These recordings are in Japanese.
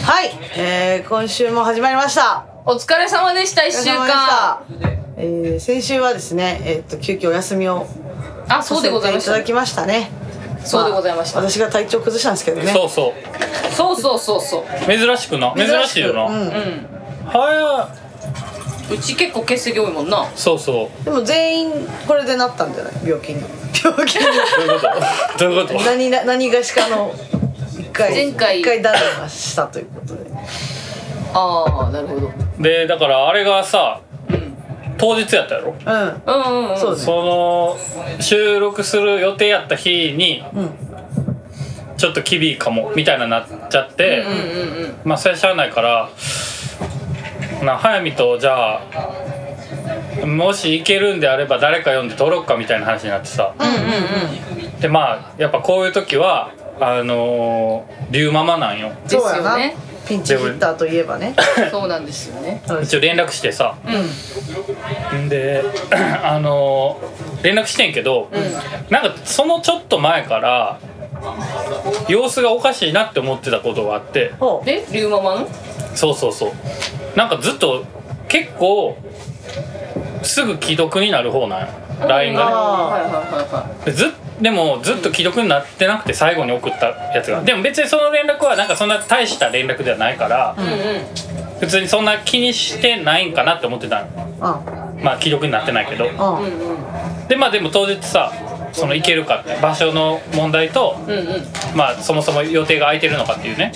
はい、今週も始まりました。 お疲れ様でした。1週間。 先週はですね、急遽お休みをそうでございました。 いただきましたね。 そうでございました。 私が体調崩したんですけどね。 そう珍しくな、珍しいよな。はや、うち結構欠席多いもんな。 そうでも全員これでなったんじゃない？病気にどういうこと何がしかの前回一回ダメをしたということで。 なるほど。 で、だからあれがさ、当日やったやろ。 そうね。 その収録する予定やった日に、ちょっときびいかもみたいななっちゃって、まあそれはしゃあないから早見とじゃあもし行けるんであれば誰か呼んで撮ろっかみたいな話になってさ、でまあやっぱこういう時は龍ママなんよ。 そうやな。ピンチヒッターといえばね。 そうなんですよね。 一応連絡してさ、で連絡してんけど、なんかそのちょっと前から様子がおかしいなって思ってたことがあって。 龍ママの？そうなんかずっと結構すぐ既読になる方なんよ、LINE がね。でもずっと既読になってなくて、最後に送ったやつが。でも別にその連絡はなんかそんな大した連絡ではないから、普通にそんな気にしてないんかなって思ってたの。まあ既読になってないけど。でまあでも当日さ、その行けるかって場所の問題と、まあそもそも予定が空いてるのかっていうね。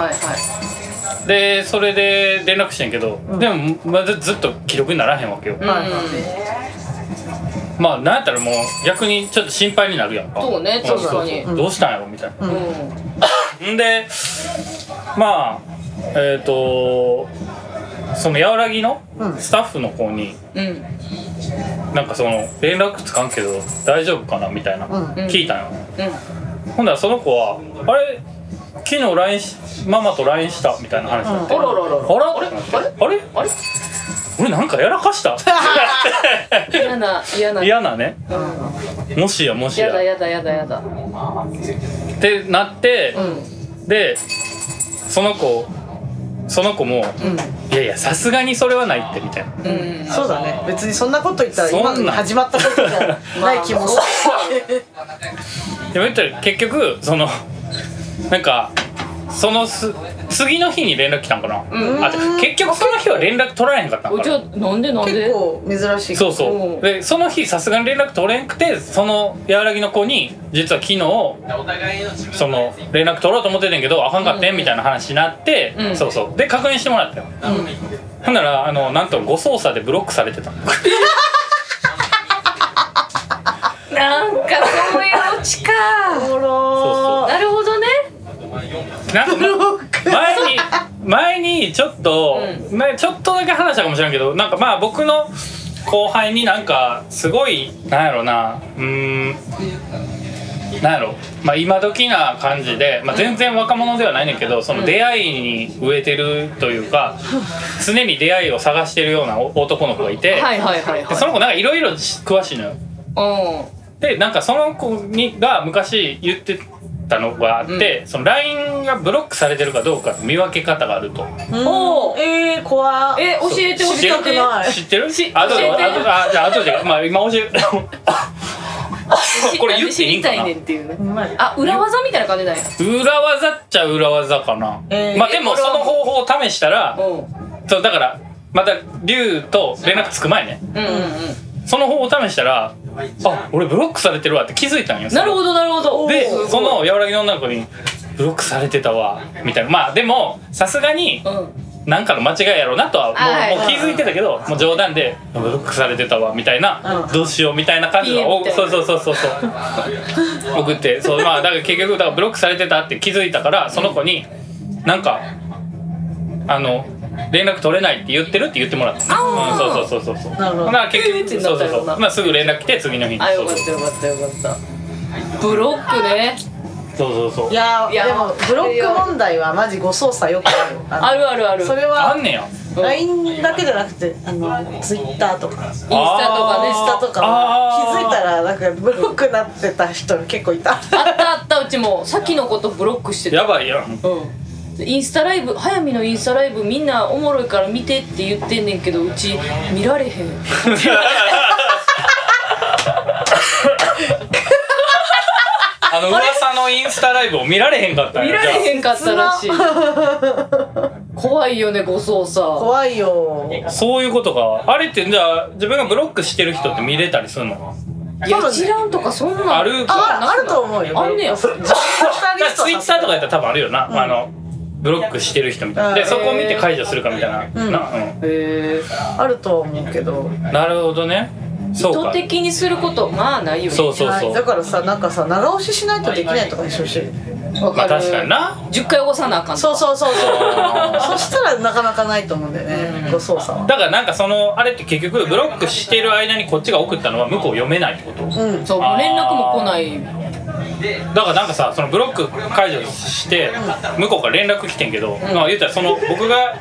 でそれで連絡してんけど、でもまずずっと既読にならへんわけよ。まあなんやったらもう逆にちょっと心配になるやんか。 そうね、確かに。 どうしたんやろみたいな。んでまあそのやわらぎのスタッフの子に、なんかその連絡つかんけど大丈夫かなみたいな聞いたんよ。ほんならその子はあれ昨日ママと LINE したみたいな話になって、あれ俺なんかやらかした嫌なね、もしややだってなって、でその子も、いやさすがにそれはないってみたいな。 そうだね。別にそんなこと言ったら今の始まったことじゃない気もする。 でも言ったら結局そのなんかその次の日に連絡来たんかな。結局その日は連絡取られへんかったんかな。 じゃあなんで結構珍しい。 そうでその日さすがに連絡取れんくて、そのやわらぎの子に実は昨日その連絡取ろうと思っててんけどあかんかってんみたいな話になって、で確認してもらったよ。ほんならなんと誤操作でブロックされてた。 なんかそういうオチか。なるほどね。 なんか前にちょっとだけ話したかもしれんけど、なんかまあ僕の後輩になんかすごいなんやろな、なんやろ、まあ今時な感じで、まあ全然若者ではないねんけど、その出会いに飢えてるというか、常に出会いを探してるような男の子がいて、その子なんかいろいろ詳しいのよ。でなんかその子が昔言ってたのがあって、その LINE がブロックされてるかどうか見分け方があると。 怖っ。 教えてほしい。 知ってる？じゃあ後でまあ今教える。これ言っていいんかな。 裏技みたいな感じだよ。 裏技っちゃ裏技かな。まあでもその方法を試したら、そうだからまた龍と連絡つく前ね。その方を試したら、俺ブロックされてるわって気づいたんよ。 なるほどでそのやわらぎの女の子にブロックされてたわみたいな。まあでもさすがになんかの間違いやろうなとはもう気づいてたけど、もう冗談でブロックされてたわみたいな、どうしようみたいな感じのそう送って、まあだから結局ブロックされてたって気づいたから、その子になんか連絡取れないって言ってるって言ってもらった。そうなるほど。 まあ結局まあすぐ連絡来て次の日に。 よかったブロックね。 いやでもブロック問題はマジ誤操作よくある。 ある。 それはあんねや。 LINE だけじゃなくてTwitter とかインスタとか気づいたらなんかブロックなってた人結構いた。 あったうちもさっきのことブロックしてた。 やばいやん。 インスタライブ、早見のインスタライブみんなおもろいから見てって言ってんねんけど、うち見られへん。 噂のインスタライブを見られへんかったんや。 見られへんかったらしい。怖いよね、誤操作。 怖いよ。 そういうことか。あれってじゃあ自分がブロックしてる人って見れたりするの？ いや、一覧とかそんなんあるあると思うよ。 あんねや。 ツイッターとかやったら多分あるよな、ブロックしてる人みたいな、でそこを見て解除するかみたいな、 あるとは思うけど。 なるほどね。そうか。 意図的にすることまあないよね。 そうそうそう。 だからさ、なんかさ、長押ししないとできないとかでしょ、 わかる。 確かにな。 10回起こさなあかん。 そうそしたらなかなかないと思うんだよね、ご操作は。 だからなんかあれって結局ブロックしてる間にこっちが送ったのは向こう読めないってこと？ そう、連絡も来ない。 だからなんかさ、そのブロック解除して向こうから連絡来てんけど、言ったら僕が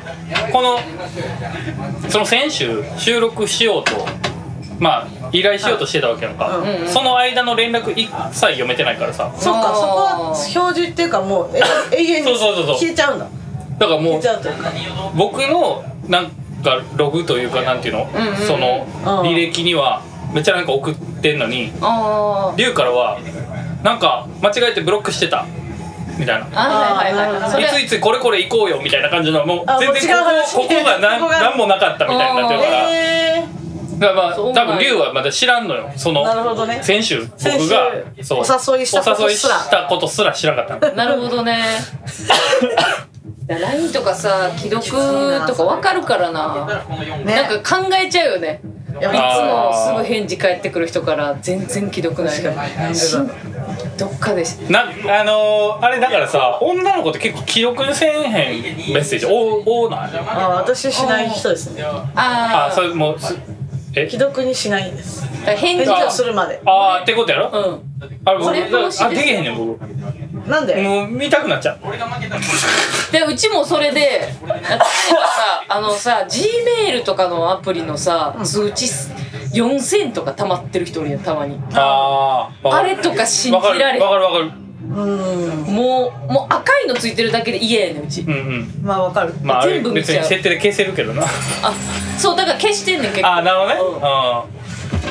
その先週収録しようと依頼しようとしてたわけやんか、その間の連絡一切読めてないからさ。 そっか、そこは表示っていうかもう永遠に消えちゃうんだ。 だからもう消えちゃうというか、 僕のなんかログというかなんていうの、その履歴にはめっちゃなんか送ってんのに、リュウからはなんか間違えてブロックしてたみたいな、いつこれこれ行こうよみたいな感じの、もう全然ここが何もなかったみたいになってるから。だから多分リュウはまだ知らんのよ。 なるほどね。 先週僕がお誘いしたことすら知らなかった。 なるほどね。LINE とかさ、既読とか分かるからな、なんか考えちゃうよね。いつもすぐ返事返ってくる人から全然既読ないどっかであれだからさ、女の子って結構既読せんへんメッセージ多ない？ 私しない人ですね。 それも既読にしないんです。返事をするまで。 ってことやろ？できへんねん僕。 なんで？ もう見たくなっちゃう。 でうちもそれで、例えばさ、Gmail とかのアプリのさ、通知4000とか溜まってる人おるやん、たまに。あれとか信じられへん。 わかる。 もう赤いのついてるだけで嫌やねん、うち。 まあわかる。 全部見ちゃう。 別に設定で消せるけどな。 そうだから消してんねん結構。 なるほどね。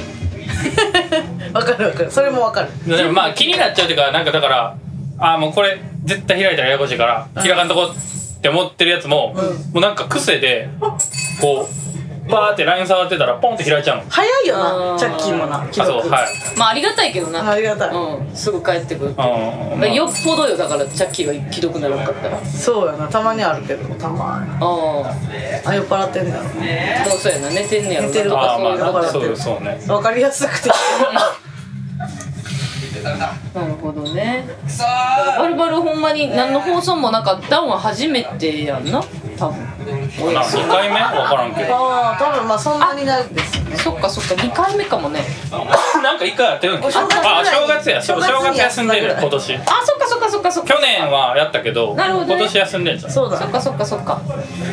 わかる。それもわかる。 でも気になっちゃうっていうか、なんかだからもうこれ絶対開いたらややこしいから開かんとこって思ってるやつも、もうなんか癖でこうバーって LINE 触ってたらポンって開いちゃうの。 早いよな、チャッキーもな。 そう、はい。 ありがたいけどな。 ありがたい。 すぐ帰ってくるって。よっぽどよ、だからチャッキーが既読ならなかったら。 そうやな、たまにあるけど、たまに。酔っ払ってんだろうね。 もうそうやな、寝てんねやろ。 寝てるとかそうね。 わかりやすくて。 なるほどね。バルバルほんまに何の放送もなんかダウンは初めてやんな、多分。 2回目分からんけど。 多分そんなにないですよね。 そっか2回目かもね。 なんか1回やってるんでしょ。正月休んでる今年。 そっか。 去年はやったけど、今年休んでんじゃん。 そうだ。 そっか。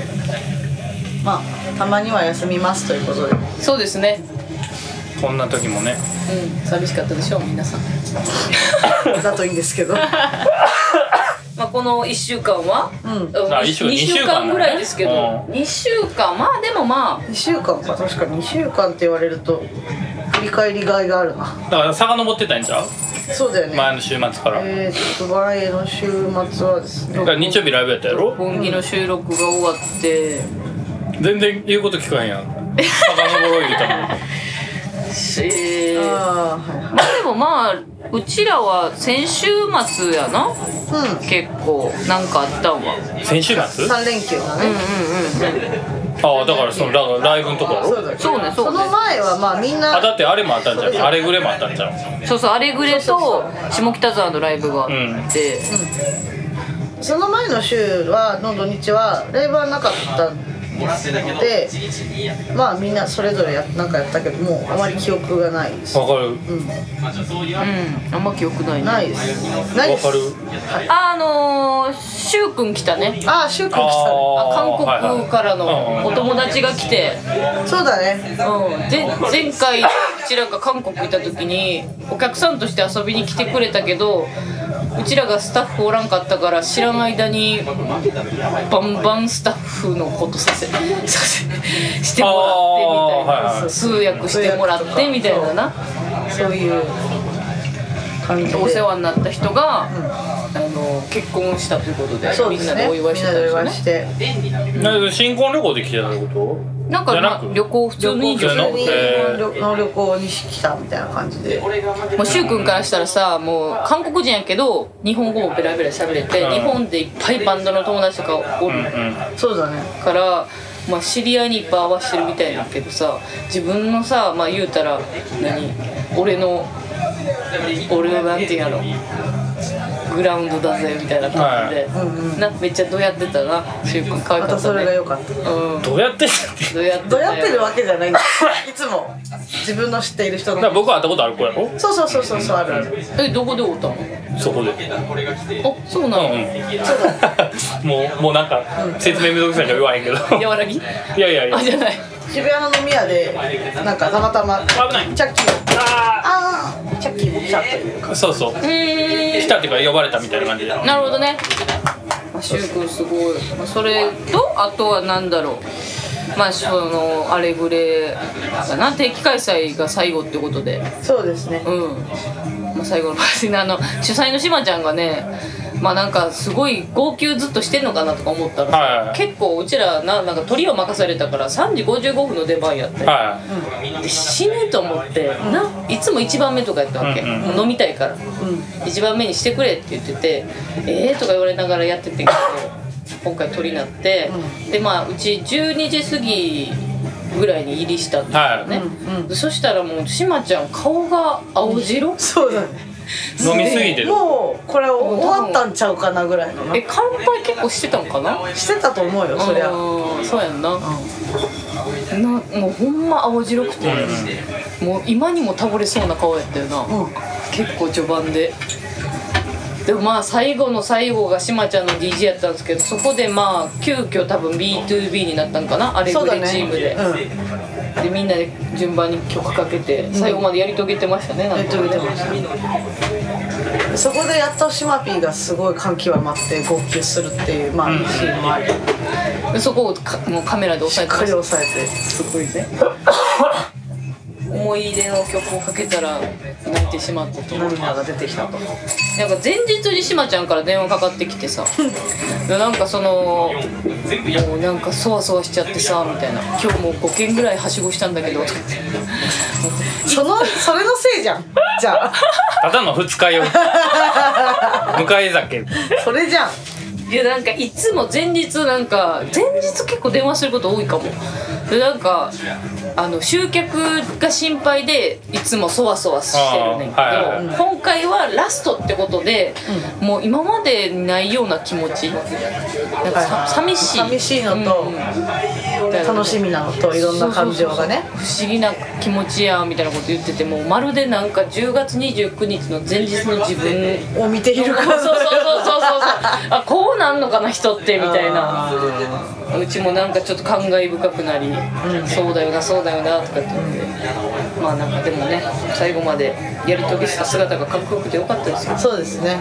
たまには休みますということで。 そうですね。 こんな時もね。 寂しかったでしょう皆さん。 だといいんですけど。 この1週間は2週間ぐらいですけど、2週間でも2 週間か。確かに2週間って言われると振り返りがいがあるな。 だから遡ってたんちゃう？ そうだよね。 前の週末から。 前の週末はですね。 日曜日ライブやったやろ？ 本気の収録が終わって。 全然言うこと聞かへんやん。遡ろう言うたのに。 でもうちらは先週末やな、結構なんかあったんは先週末 3連休だね。 だからそのライブのとこやろ。 そうね。 その前はみんなだってあれもあったんじゃん。アレグレもあったんじゃん。 そうアレグレと下北沢のライブがあって、 その前の週の土日はライブはなかったですので、みんなそれぞれなんかやったけど、もうあまり記憶がないです。 わかる。 あんま記憶ないね。 ないです。 わかる。 しゅうくん来たね。 しゅうくん来たね。 韓国からのお友達が来て。 そうだね。 前回うちらが韓国行った時にお客さんとして遊びに来てくれたけど、 うちらがスタッフおらんかったから知らん間にバンバンスタッフのことしてもらってみたいな、通訳してもらってみたいなな、 そういう感じでお世話になった人が、結婚したということで、みんなでお祝いしてたんですよね。 新婚旅行で来てたってこと？ なんか旅行普通に旅行に来たみたいな感じで、 もうしゅうくんからしたらさ、もう韓国人やけど日本語もベラベラ喋れて、日本でいっぱいバンドの友達とかおるそうだねから、まあ、知り合いにいっぱい合わせてるみたいだけどさ、自分のさ、まあ言うたら俺なんていうやろ、グラウンドだぜみたいな感じで、めっちゃどうやってたな、しゅうくん可愛かったね。 またそれが良かった。 どうやってどうやってるわけじゃないんだ。いつも自分の知っている人の。 僕は会ったことある子やろ？ そうあるある。 どこで会ったの？ そこで。 あ、そうなの？ もうなんか説明めんどくさいから言わへんけど。 和らぎ？いや。 あ、じゃない。 渋谷の飲み屋でなんかたまたまチャッキーチャッキーも来たというか。 そうそう。来たっていうか呼ばれたみたいな感じで。 なるほどね。しゅうくんすごい。それとあとはなんだろう。まあそのアレグレかな、定期開催が最後ってことで。 そうですね。 まあ、最後の主催のしまちゃんがね、まあなんかすごい号泣ずっとしてんのかなとか思ったら、結構うちらなんかトリを任されたから3時55分の出番やって、で死ぬと思っていつも1番目とかやったわけ、もう飲みたいから、1番目にしてくれって言っててとか言われながらやっててんけど、今回トリになって、でまあうち12時過ぎぐらいに入りしたんですよね、そしたらもうしまちゃん顔が青白、 そうだね、 飲みすぎてる。 もうこれ終わったんちゃうかなぐらいのな。 乾杯結構してたのかな？ してたと思うよ、そりゃ。 そうやんな、もうほんま青白くて、もう今にも倒れそうな顔やったよな、結構序盤で。でもまあ最後の最後がしまちゃんの DJ やったんですけど、そこでまあ急遽多分 B2B になったんかな、アレグレチームで、でみんなで順番に曲かけて最後までやり遂げてましたね。やり遂げてました。 そこでやっとしまぴーがすごい感極まって号泣するっていう、まあいいシーンもあり、 そこをもうカメラで押さえて、 しっかり押さえて、 すごいね。思い出の曲をかけたら泣いてしまったと、 涙が出てきたと。 なんか前日にしまちゃんから電話かかってきてさ、なんかもうなんかそわそわしちゃってさみたいな、今日もう5軒ぐらいはしごしたんだけどとかってそれのせいじゃん、じゃあただの二日酔い迎え酒、 それじゃん。 いやなんかいつも前日結構電話すること多いかも。でなんか集客が心配でいつもそわそわしてるねんけど、今回はラストってことで、もう今までにないような気持ち、なんか寂しいのと、楽しみなのと、いろんな感情がね、 不思議な気持ちやみたいなこと言ってて、もうまるでなんか10月29日の前日の自分を見ているから、 そうあ、こうなんのかな人ってみたいな。うちもなんかちょっと感慨深くなり、そうだよなそうだよなとかって言って、まあなんかでもね、最後までやり遂げした姿がかっこよくてよかったですよ。 そうですね。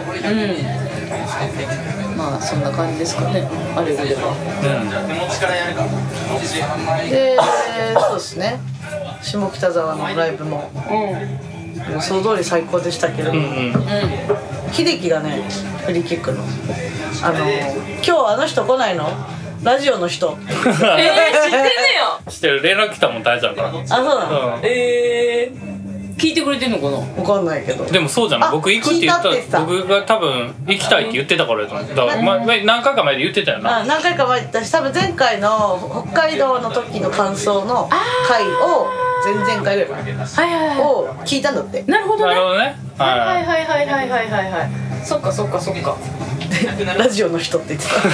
まあそんな感じですかね、あれでは。 で、そうですね、下北沢のライブも予想通り最高でしたけれども、秀樹がね、フリーキックの今日あの人来ないの？ラジオの人。知ってんねよ。 知ってる、連絡来たもん大ちゃんから。 あ、そうなの。 聞いてくれてんのかな？ 分かんないけど。 でもそうじゃん、僕行くって言ったら、僕が多分行きたいって言ってたからやと思う。だから何回か前で言ってたよな。 何回か前だし、多分前回の北海道の時の感想の回を前々回ぐらいを聞いたんだって。 なるほどね。 はい。 そっか。 ラジオの人って言ってた。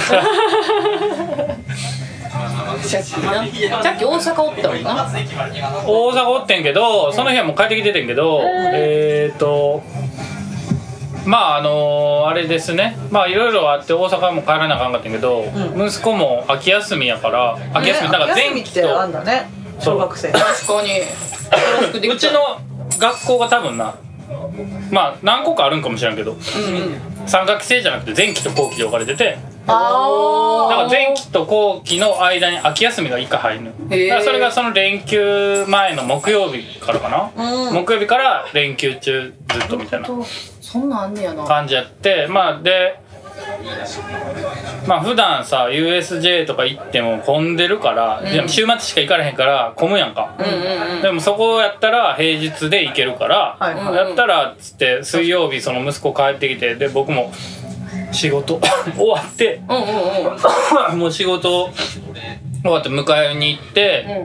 さっき大阪おったもんな。 大阪おってんけど、その日はもう帰ってきててんけど、まああれですね、まあいろいろあって大阪も帰らなあかんかったんけど、息子も秋休みやから、秋休みなんか前期とあんだね、小学生。 確かに。 うちの学校が多分な、まあ何個かあるんかもしれんけど、 三角形じゃなくて前期と後期で置かれてて、だあから前期と後期の間に秋休みが1回入るの。だからそれがその連休前の木曜日からかな、木曜日から連休中ずっとみたいなそんなんあんねやな。 感じやって、まあでまあ普段さ USJ とか行っても混んでるから、でも週末しか行かれへんから混むやんか、でもそこやったら平日で行けるから、やったらっつって水曜日その息子帰ってきて、で僕も仕事終わってもう仕事終わって迎えに行って、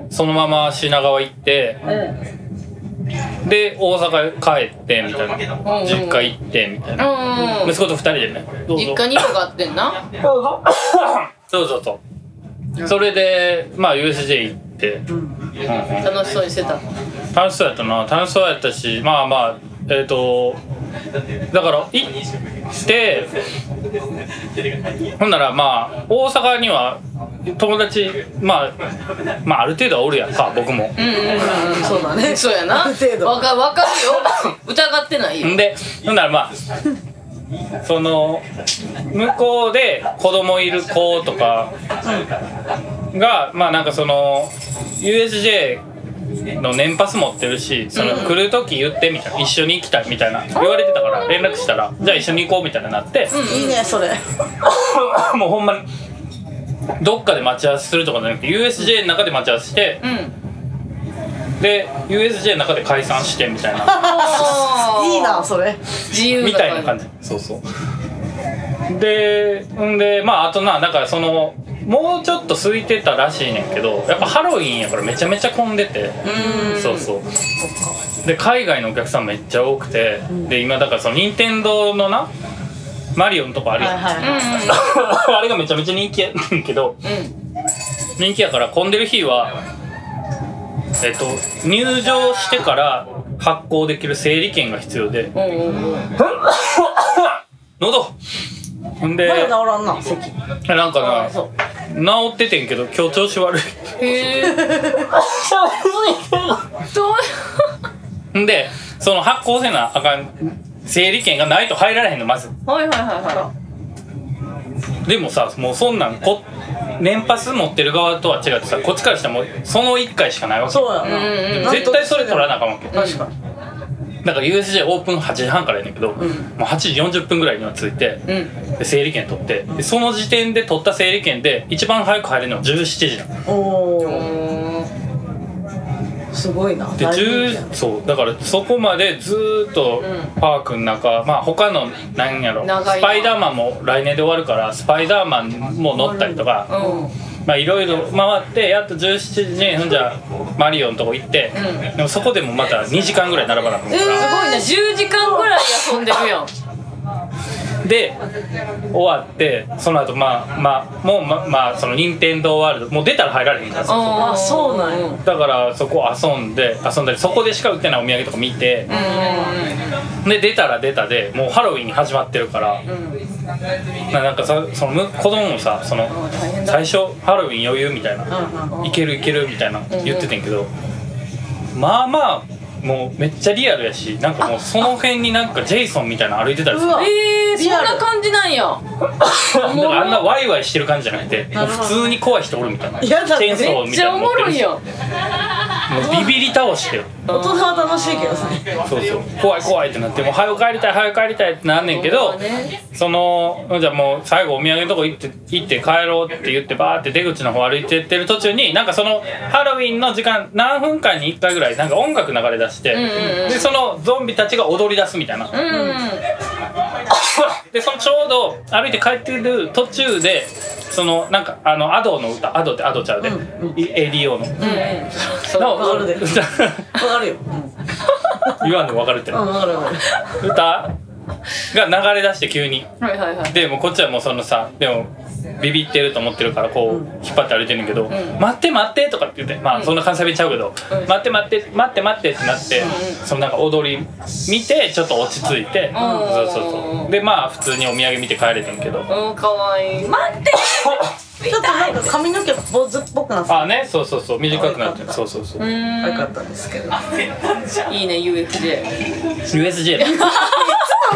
そのまま品川行って、で大阪帰ってみたいな、実家行ってみたいな、息子と2人でね、どうぞ実家にもがあってんな。 そうそれでまあ USJ 行って、 楽しそうにしてた。 楽しそうやったな、楽しそうやったし、まあまあだから行ってほんならまあ大阪には友達まあある程度はおるやんか、僕も。 そうだね。 そうやな。 ある程度わかるよ。疑ってないよ。 んでほんならまあその向こうで子供いる子とかがまあなんかその USJ の年パス持ってるし、その来る時言ってみたいな、一緒に行きたいみたいな言われてたから連絡したら、じゃあ一緒に行こうみたいになって、 いいねそれ。 もうほんまにどっかで待ち合わせするとかじゃなくて USJ の中で待ち合わせして、で USJ の中で解散してみたいないいなそれ。 自由みたいな感じ。そうでまああとなんかそのもうちょっと空いてたらしいねんけど、やっぱハロウィンやからめちゃめちゃ混んでて、で海外のお客さんめっちゃ多くて、で今だからその任天堂のなマリオのとこあるやん、あれがめちゃめちゃ人気やねんけど、人気やから混んでる日は入場してから発行できる整理券が必要で、喉ほんでまだ治らんな席。 なんかな治っててんけど今日調子悪い。 へえ。どう。 んでその発行せなあかん整理券がないと入られへんのまず。でもさもうそんなん年パス持ってる側とは違ってさ、こっちからしたらもうその1回しかないわけ。 そうやな。 でも絶対それ取らなあかんわけ。 確かに。 だから USJ オープン8時半からやねんけど、もう8時40分ぐらいには着いて、で整理券取って、でその時点で取った整理券で一番早く入れるのは17時なの。 おお。すごいな。 でそうだからそこまでずーっとパークの中、まあ他の何やろスパイダーマンも来年で終わるからスパイダーマンも乗ったりとか、まあいろいろ回ってやっと17時にじゃあマリオのとこ行って、でもそこでもまた2時間ぐらい並ばなくなるから、 すごいな、10時間ぐらい遊んでるやん。 で終わってその後まあその任天堂ワールドもう出たら入られへんからさ、 あ、そうなんや。 だからそこ遊んだりそこでしか売ってないお土産とか見て、で出たら出たでもうハロウィンに始まってるから、なんかその子供もさその最初ハロウィン余裕みたいな、いけるいけるみたいな言っててんけど、まあまあもうめっちゃリアルやし、なんかもうその辺になんかジェイソンみたいなの歩いてたりする。 そんな感じなんや。 だからあんなワイワイしてる感じじゃなくて、もう普通に怖い人おるみたいな。チェーンソーみたいなの持ってるし、もうビビり倒してよ。 大人は楽しいけどさ。 そう怖い怖いってなって、もう早く帰りたいってなんねんけど、そのじゃあもう最後お土産のとこ行って帰ろうって言ってバーって出口の方歩いてってる途中になんかそのハロウィンの時間何分間に1回ぐらいなんか音楽流れ出して、でそのゾンビたちが踊り出すみたいな。でそのちょうど歩いて帰ってる途中でそのなんかアドの歌、アドってアドちゃうで、ADO のわかるで。わかるよ。 言わんでも分かるってわかるわかる。 歌が流れ出して急に、でもうこっちはもうそのさでもビビってると思ってるからこう引っ張って歩いてるんだけど、待って待ってとかって言って、まあそんな関西弁ちゃうけど、待って待ってってなって、そのなんか踊り見てちょっと落ち着いて、そうでまあ普通にお土産見て帰れてんけど、 かわいい。待ってちょっとなんか髪の毛坊主っぽくなってあね、そう短くなってる、そうよかったんですけど。 いいね UFJ。 USJ だ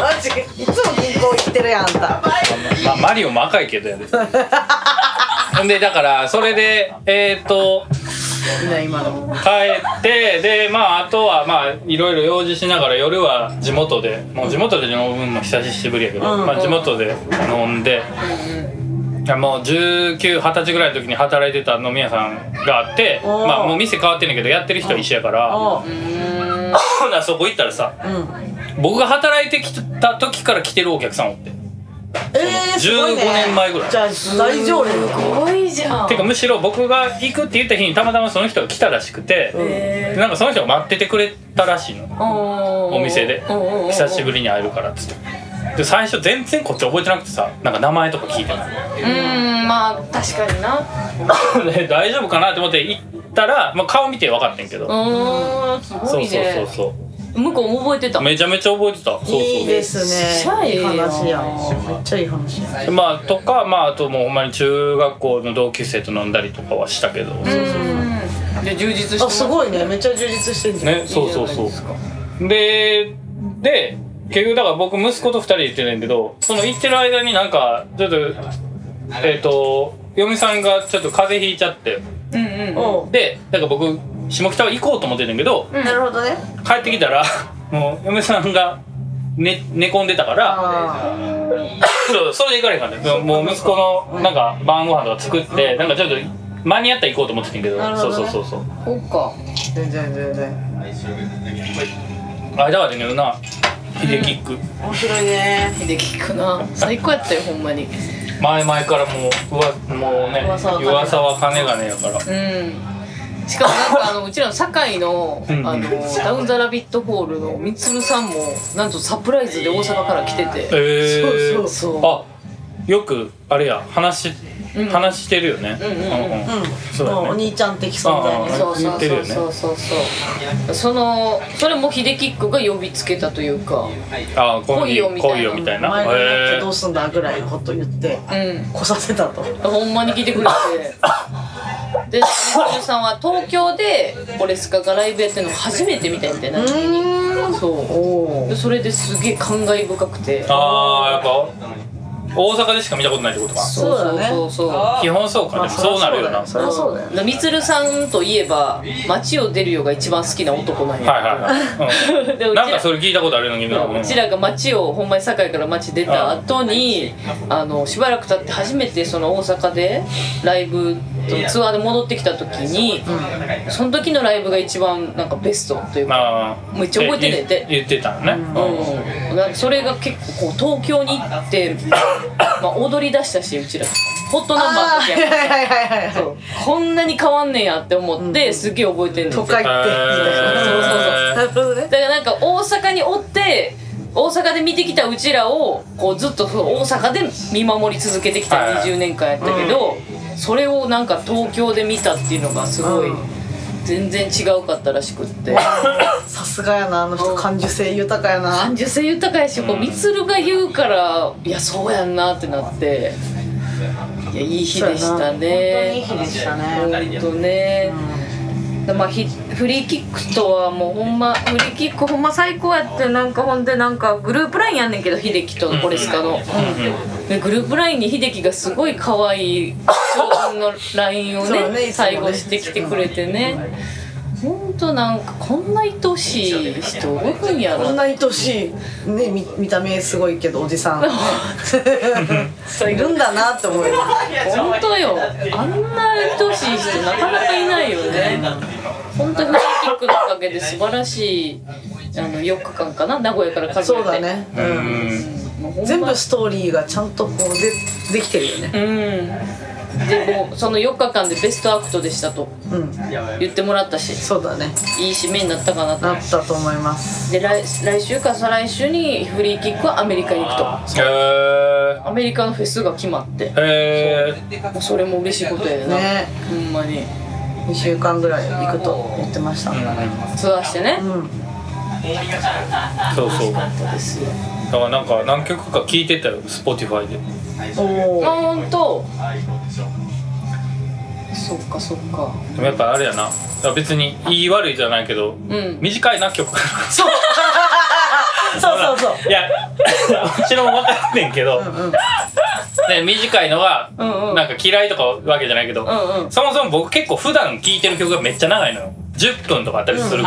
マジいつも銀行行ってるやんあんた。 マリオも赤いけどやででだからそれで今の帰ってであとはいろいろ用事しながら夜は地元でもう地元で飲むの久しぶりやけど、地元で飲んで、もう19、20歳ぐらいの時に働いてた飲み屋さんがあって、もう店変わってんねんけどやってる人は一緒やからそこ行ったらさ、僕が働いてきた時から来てるお客さんおって。15年前ぐらい。 じゃあ大常連。 すごいじゃん。 てかむしろ僕が行くって言った日にたまたまその人が来たらしくて、なんかその人が待っててくれたらしいの、お店で久しぶりに会えるからっつって。で最初全然こっち覚えてなくてさ、なんか名前とか聞いてない。 まあ確かになで大丈夫かなって思って行ったら、顔見て分かってんけど、 すごいね。 そう向こうも覚えてた。 めちゃめちゃ覚えてた。 いいですね。いい話や。めっちゃいい話や。 とかあともうほんまに中学校の同級生と飲んだりとかはしたけど。 で充実してます。 すごいね。めっちゃ充実してんじゃん。 ね、そう。で結局だから僕息子と2人で行ってるんだけど、その行ってる間になんかちょっと嫁さんがちょっと風邪ひいちゃって、でだから僕下北は行こうと思ってるんだけど、 なるほどね。 帰ってきたらもう嫁さんが寝込んでたからそれで行かれへんかった。もう息子のなんか晩ご飯とか作ってなんかちょっと間に合ったら行こうと思ってたんけど、そう。 そっか。 全然。 あれだからねんな、ヒデキック。 面白いね。 ヒデキックな、最高やったよほんまに。 前々からもうね、噂は金がねやから。 しかもなんかうちらの堺のダウンザラビットホールのみつるさんもなんとサプライズで大阪から来てて。そう。 あ、よくあれや話してるよね。 そうだね。お兄ちゃん的存在ね。 そう。それもヒデキックが呼びつけたというか、 来いよみたいな。 前がやってどうすんだぐらいのこと言って来させたと。 ほんまに来てくれて。で、みつるさんは東京でオレスカがライブやってるの初めて見たみたいな。そう。それですげえ感慨深くて。 やっぱ大阪でしか見たことないってことか。 そうだね。 基本そうか。でもそうなるよな。 そうだよ。 みつるさんといえば街を出るよが一番好きな男なんや。 なんかそれ聞いたことあるのに。 うちらが街をほんまに堺から街出た後にしばらく経って初めてその大阪でライブツアーで戻ってきた時に、その時のライブが一番なんかベストというかめっちゃ覚えてんねんて言ってたのね。 それが結構東京に行って踊り出したし、うちらホットナンバーの時やからこんなに変わんねんやって思ってすげえ覚えてんねん。 都会ってそうだからなんか大阪におって大阪で見てきたうちらをこうずっと大阪で見守り続けてきた20年間やったけど、それをなんか東京で見たっていうのがすごい全然違うかったらしくって。 さすがやな、あの人感受性豊かやな。 感受性豊かやし、みつるが言うからいやそうやんなってなって、いやいい日でしたね。 本当にいい日でしたね。 本当ね。フリーキックとはもうほんまフリーキックほんま最高やって、なんかほんでなんかグループラインやんねんけど、秀樹とオレスカの、でグループラインに秀樹がすごい可愛い長文の LINE をね最後してきてくれてね、ほんとなんかこんな愛しい人おるんやろ。 こんな愛しいね、見た目すごいけどおじさんいるんだなって思うよ。 ほんとよ、あんな愛しい人なかなかいないよね。ほんとフリーキックのおかげで素晴らしい4日間かな、名古屋から数えて。 そうだね、全部ストーリーがちゃんとこうできてるよね。 でもその4日間でベストアクトでしたと言ってもらったし、 そうだね、 いい締めになったかなと。 なったと思います。 で来週か再来週にフリーキックはアメリカに行くと。アメリカのフェスが決まって、それも嬉しいことやな、ほんまに。 2週間ぐらい行くと言ってました、 ツアーしてね。 そうそう、だからなんか何曲か聴いてたよ、Spotify で。 ほんと。そっかそっか。 でもやっぱあれやな、別にいい悪いじゃないけど、短いな曲。 そうそうそういやもちろん分かんねんけど、で短いのがなんか嫌いとかわけじゃないけど、そもそも僕結構普段聴いてる曲がめっちゃ長いのよ。10分とかあったりするから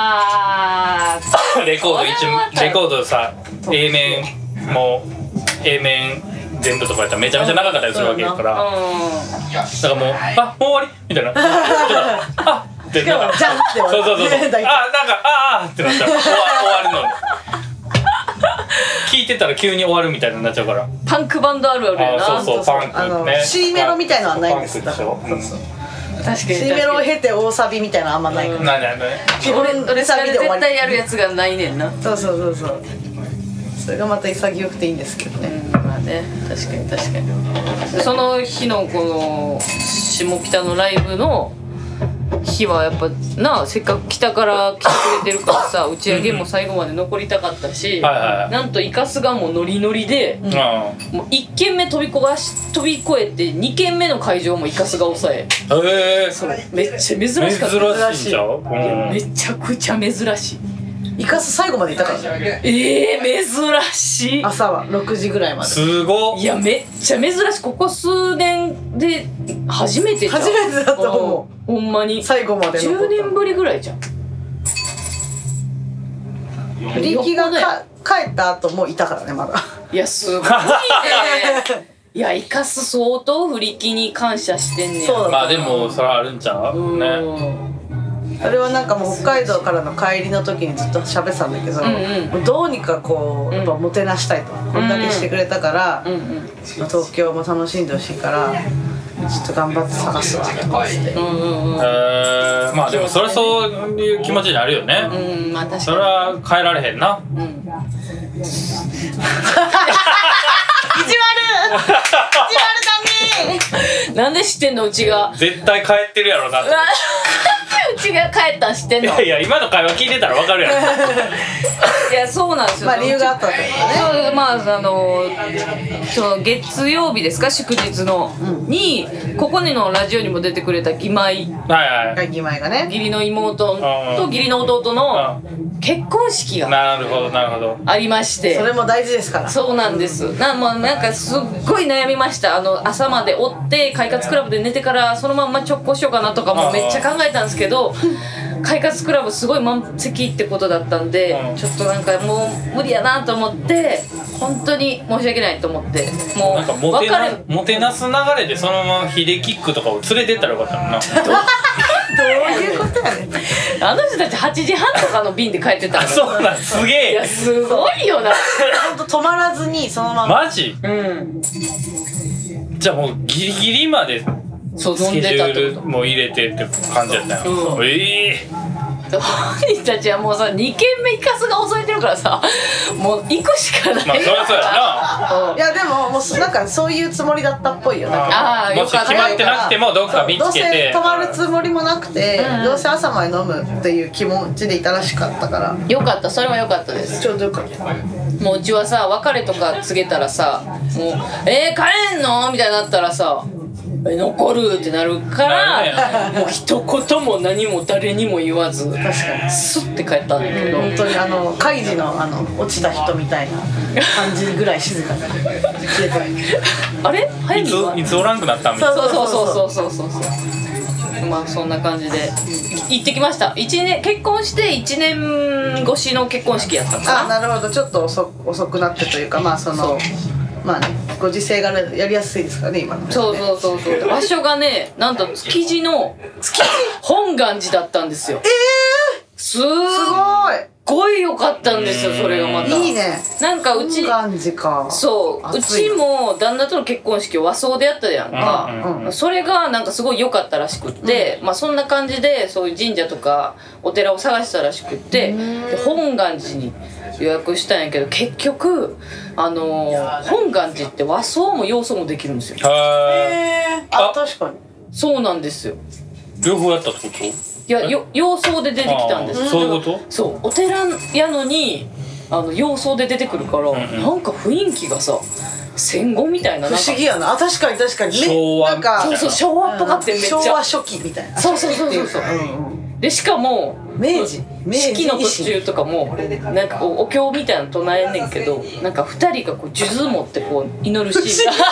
、レコードさ A 面も A 面全部とかやったらめちゃめちゃ長かったりするわけやから、だからもうあもう終わりみたいなあってなんかじゃんってそうなんかってなったら終わるの聞いてたら急に終わるみたいになっちゃうから。 パンクバンドあるあるやな。 そうパンクね。 C メロみたいのはないんですよ。 確かに C メロを経て大サビみたいなのあんまないから。 ない俺サビで絶対やるやつがないねんな。 そうそれがまた潔くていいんですけどね。 まあね、確かにその日のこの下北のライブの日はやっぱな、せっかく北から来てくれてるからさ、打ち上げも最後まで残りたかったし、なんとイカスがもうノリノリで、もう1軒目飛び越えて2軒目の会場もイカスが抑え、めっちゃ珍しかった。 珍しいんちゃう？ めちゃくちゃ珍しい。 イカス最後までいたからね。 珍しい。 朝は6時ぐらいまで。 すごっ。 いやめっちゃ珍しい。ここ数年で初めてじゃん。 初めてだと思う。ほんまに最後まで 10年ぶりぐらいじゃん。 フリキが帰った後もいたからね、まだ。 いやすごいね。いやイカス相当フリキに感謝してんねん。 まあでもそれはあるんちゃうね。 あれはなんかもう北海道からの帰りの時にずっと喋ってたんだけど、どうにかこうやっぱもてなしたいと、こんだけしてくれたから、東京も楽しんでほしいからちょっと頑張って探すわとかって。 まあでもそれはそういう気持ちになるよね。 まあ確かにそれは変えられへんな。 意地悪だね。 なんで知ってんのうちが。 絶対帰ってるやろなって。 うちが帰ったん知ってんの。 いや今の会話聞いてたら分かるやろ。 いやそうなんですよ。 まあ理由があったんだよね。 そう、まあその月曜日ですか、祝日のにここにのラジオにも出てくれた義妹、 義妹がね、 義理の妹と義理の弟の結婚式がなるほどありまして、 それも大事ですから。 そうなんです。もうなんかすっごい悩みました。朝までおって快活クラブで寝てからそのまんま直行しようかなとかもめっちゃ考えたんですけど、快活クラブすごい満席ってことだったんで、ちょっとなんかもう無理やなと思って、本当に申し訳ないと思って、もうなんかもてなす流れでそのままヒデキックとかを連れてったらよかったのな。 どういうことやねん。 あの人たち8時半とかの便で帰ってたの。 そうなん、すげえ。 いやすごいよな。 ほんと止まらずにそのまま。 マジ？じゃあもうギリギリまでそうスケジュールも入れてって感じやったよ。 本人たちはもうさ、2軒目イカスが襲えてるからさ、もう行くしかない。 まあそりゃそうやな。 いやでももうなんかそういうつもりだったっぽいよ。 もし決まってなくてもどっか見つけて、 どうせ泊まるつもりもなくて、どうせ朝まで飲むっていう気持ちでいたらしかったから。 よかった、それはよかったです。 ちょうどよかった。 もううちはさ、別れとか告げたらさ、もう帰んのみたいになったらさ、残るってなるから、もう一言も何も誰にも言わず、スッて帰ったんだけど、 本当にカイジの落ちた人みたいな感じぐらい静かに消えた。 あれいつおらんくなったみたいな。 そうまあそんな感じで行ってきました。結婚して1年越しの結婚式やったのかな。 なるほど、ちょっと遅くなってというか、まあまあね、ご時世がやりやすいですからね今のね。 そう場所がね、なんと築地の本願寺だったんですよ。すごい良かったんですよ。それがまたいいね。 なんかうち本願寺か。 そううちも旦那との結婚式を和装でやったやんか。それがなんかすごい良かったらしくって、まあそんな感じでそういう神社とかお寺を探したらしくって、で本願寺に予約したんやけど、結局本願寺って和装も洋装もできるんですよ。 確かにそうなんですよ。 両方やったってこと？ いや洋装で出てきたんです。 そういうこと？ そうお寺やのに洋装で出てくるから、なんか雰囲気がさ戦後みたいな。 不思議やな。確かに昭和そう昭和っぽかってめっちゃ昭和初期みたいな。 そうでしかも式の途中とかもなんかこうお経みたいなの唱えんねんけど、なんか2人がこう数珠持ってこう祈るシーンが不思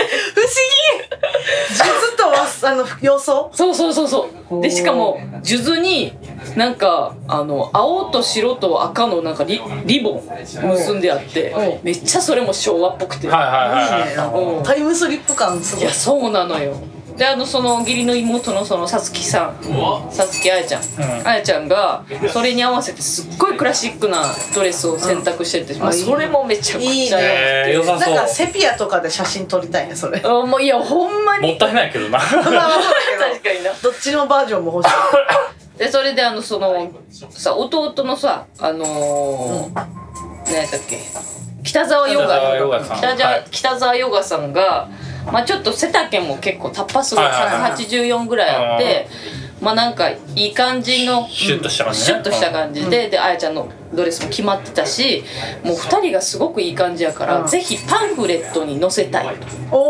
議数珠と様相そうで、しかも数珠になんか青と白と赤のなんかリボン結んであってめっちゃそれも昭和っぽくて、 いいね、タイムスリップ感すごい。 いやそうなのよ。でその義理の妹のそのさつきさん、さつきあやちゃん、あやちゃんがそれに合わせてすっごいクラシックなドレスを選択してて、それもめちゃくちゃいいね、 良さそう。 なんかセピアとかで写真撮りたいねそれ。 もういやほんまにもったいないけどな。 確か確かにな。 どっちのバージョンも欲しい。 でそれでそのさ弟のさ何やったっけ、北沢ヨガさん、北沢ヨガさんが、まあちょっと背丈も結構タッパすごい184ぐらいあって、まあなんかいい感じのシュッとした感じね、 シュッとした感じで、であやちゃんのドレスも決まってたし、もう2人がすごくいい感じやから、ぜひパンフレットに載せたいと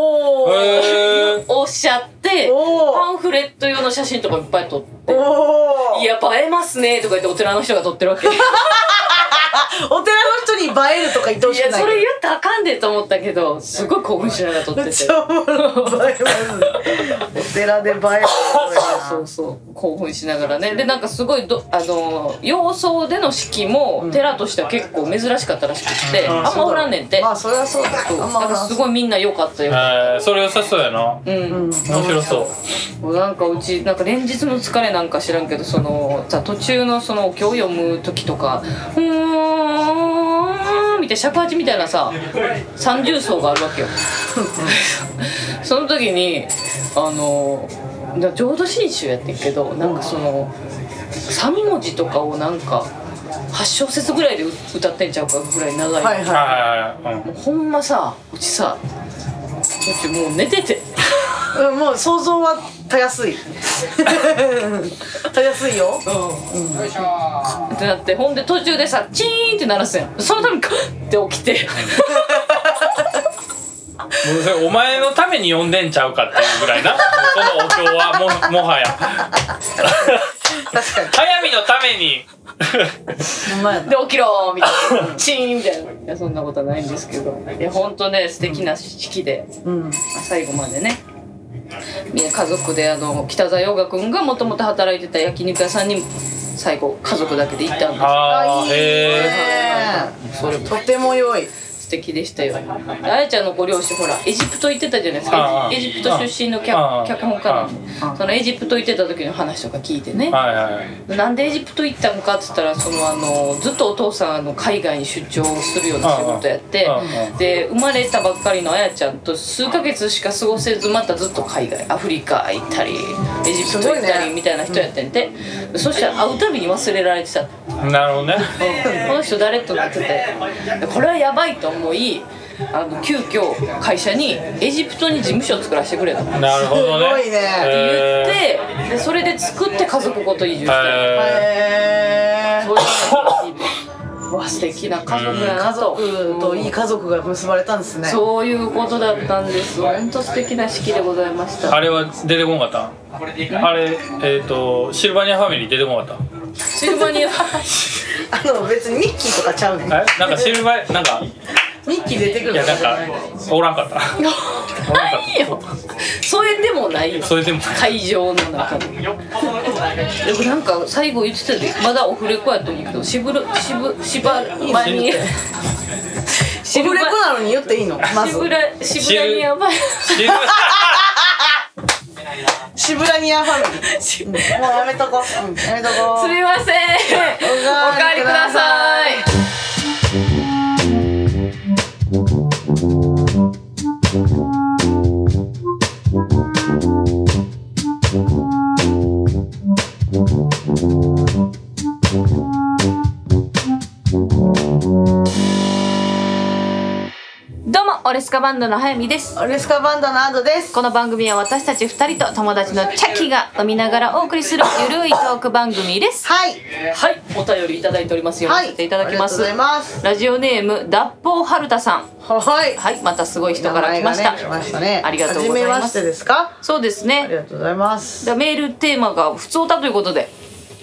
おっしゃって、パンフレット用の写真とかいっぱい撮って、いや映えますねとか言ってお寺の人が撮ってるわけ。 お寺の人に映えるとか言ってほしくない。 いやそれ言ったらあかんでと思ったけど、すごい興奮しながら撮ってて、 めっちゃおもろい映えます。お寺で映える。 そう興奮しながらね。でなんかすごい洋装での式も寺としては結構珍しかったらしくて、あんまおらんねんて。 まあそれはそうだ。 だからすごいみんな良かったよ。 それ良さそうやな。面白そう。 なんかうちなんか連日の疲れなんか知らんけど、そのさ途中のそのお経を読む時とかみたいな尺八みたいなさ三重奏があるわけよ。その時に浄土真宗やってんけど、なんかその3文字とかをなんか8小節ぐらいで歌ってんちゃうかぐらい長い。もうほんまさうちさもう寝てて。 もう想像はたやすい。たやすいよ。 ってなって、ほんで途中でさチーンって鳴らすやん。そのためにカッて起きて。 もうそれお前のために呼んでんちゃうかっていうぐらいな。そのお経はもはや。 確かに。 早見のために。 で起きろーみたいな、チーンみたいな。いやそんなことはないんですけど、いやほんとね素敵な式で、最後までね。家族で北沢ヨガ君がもともと働いてた焼肉屋さんに最後家族だけで行ったんです。 それとても良い。 素敵でしたよ。あやちゃんのご両親ほらエジプト行ってたじゃないですか。エジプト出身の脚本家なんで、そのエジプト行ってた時の話とか聞いてね、なんでエジプト行ったのかっつったら、そのずっとお父さん海外に出張するような仕事やって、で生まれたばっかりのあやちゃんと数ヶ月しか過ごせず、またずっと海外アフリカ行ったりエジプト行ったりみたいな人やってんて、そしたら会うたびに忘れられてた。 なるほどね。 この人誰となってて、これはやばいと思い、急遽会社にエジプトに事務所を作らせてくれと。 なるほどね。 すごいね。 って言って、でそれで作って家族ごと移住して。うわ素敵な家族やなと。 家族といい家族が結ばれたんですね。 そういうことだったんです。本当素敵な式でございました。 あれは出てこなかった？あれシルバニアファミリー出てこなかった？ シルバニア別にミッキーとかちゃうねん。 なんかシルバなんかミッキー出てくる。 いやなんかおらんかった。 ないよ。それでもないよ。 それでも会場の中で。でもなんか最後言ってたで、まだオフレコやったんやけど、シブラニア。 シブレコなのに言っていいの？まず。 シブラニアバイ。 シブラニアファミリー。もうやめとこ。やめとこ。 すみません。お帰りください。どうもオレスカバンドの早見です。 オレスカバンドのアドです。 この番組は私たち2人と友達のチャキが飲みながらお送りするゆるいトーク番組です。 はいはい、お便りいただいております。読ませていただきます。 ありがとうございます。 ラジオネーム脱法はるたさん。 はいはい、またすごい人から来ました。 来ましたね。 ありがとうございます。 初めましてですか？ そうですありね。 がとうございます。 メールテーマが普通歌ということで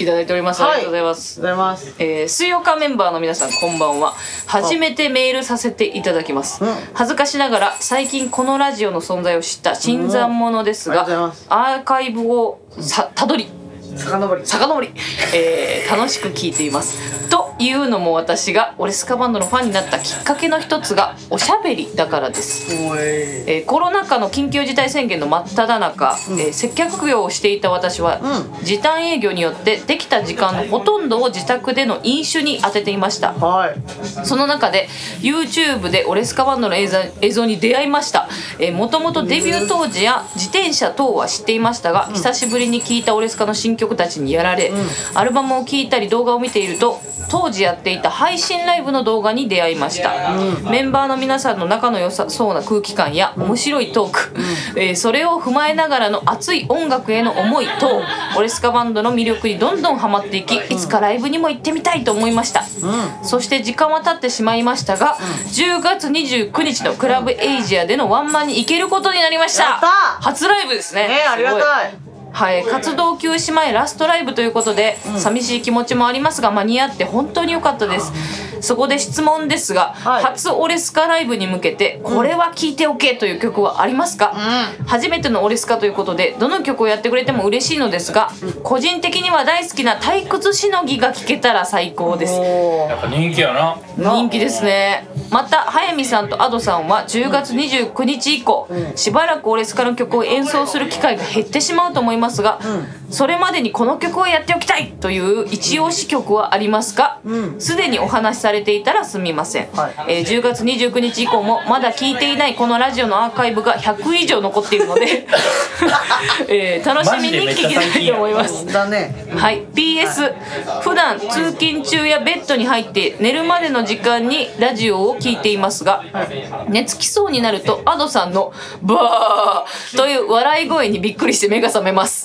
いただいております。ありがとうございます。水曜日メンバーの皆さんこんばんは。初めてメールさせていただきます。恥ずかしながら最近このラジオの存在を知った新参者ですが、アーカイブをたどり遡り、楽しく聞いています。というのも私がオレスカバンドのファンになったきっかけの一つがおしゃべりだからです。コロナ禍の緊急事態宣言の真っ只中、接客業をしていた私は、時短営業によってできた時間のほとんどを自宅での飲酒に当てていました。その中で YouTube でオレスカバンドの映像に出会いました。もともとデビュー当時や自転車等は知っていましたが、久しぶりに聴いたオレスカの新曲たちにやられ、アルバムを聴いたり動画を見ていると当時やっていた配信ライブの動画に出会いました。メンバーの皆さんの仲の良さそうな空気感や面白いトーク、それを踏まえながらの熱い音楽への思いとオレスカバンドの魅力にどんどんハマっていき、いつかライブにも行ってみたいと思いました。そして時間は経ってしまいましたが、10月29日のクラブエイジアでのワンマンに行けることになりました。初ライブですね。 ありがたい。 はい、活動休止前ラストライブということで、寂しい気持ちもありますが間に合って本当に良かったです。そこで質問ですが、初オレスカライブに向けてこれは聴いておけという曲はありますか？初めてのオレスカということでどの曲をやってくれても嬉しいのですが、個人的には大好きな退屈しのぎが聴けたら最高です。 やっぱ人気やな。 人気ですね。また早見さんと Ado さんは10月29日以降、しばらくオレスカの曲を演奏する機会が減ってしまうと思いますが、それまでにこの曲をやっておきたいという一押し曲はありますか？すでにお話しされていたらすみません。10月29日以降もまだ聴いていないこのラジオのアーカイブが100以上残っているので楽しみに聴きたいと思います。はい、PS 普段通勤中やベッドに入って寝るまでの時間にラジオを聴いていますが、寝つきそうになると Ado さんのバーという笑い声にびっくりして目が覚めます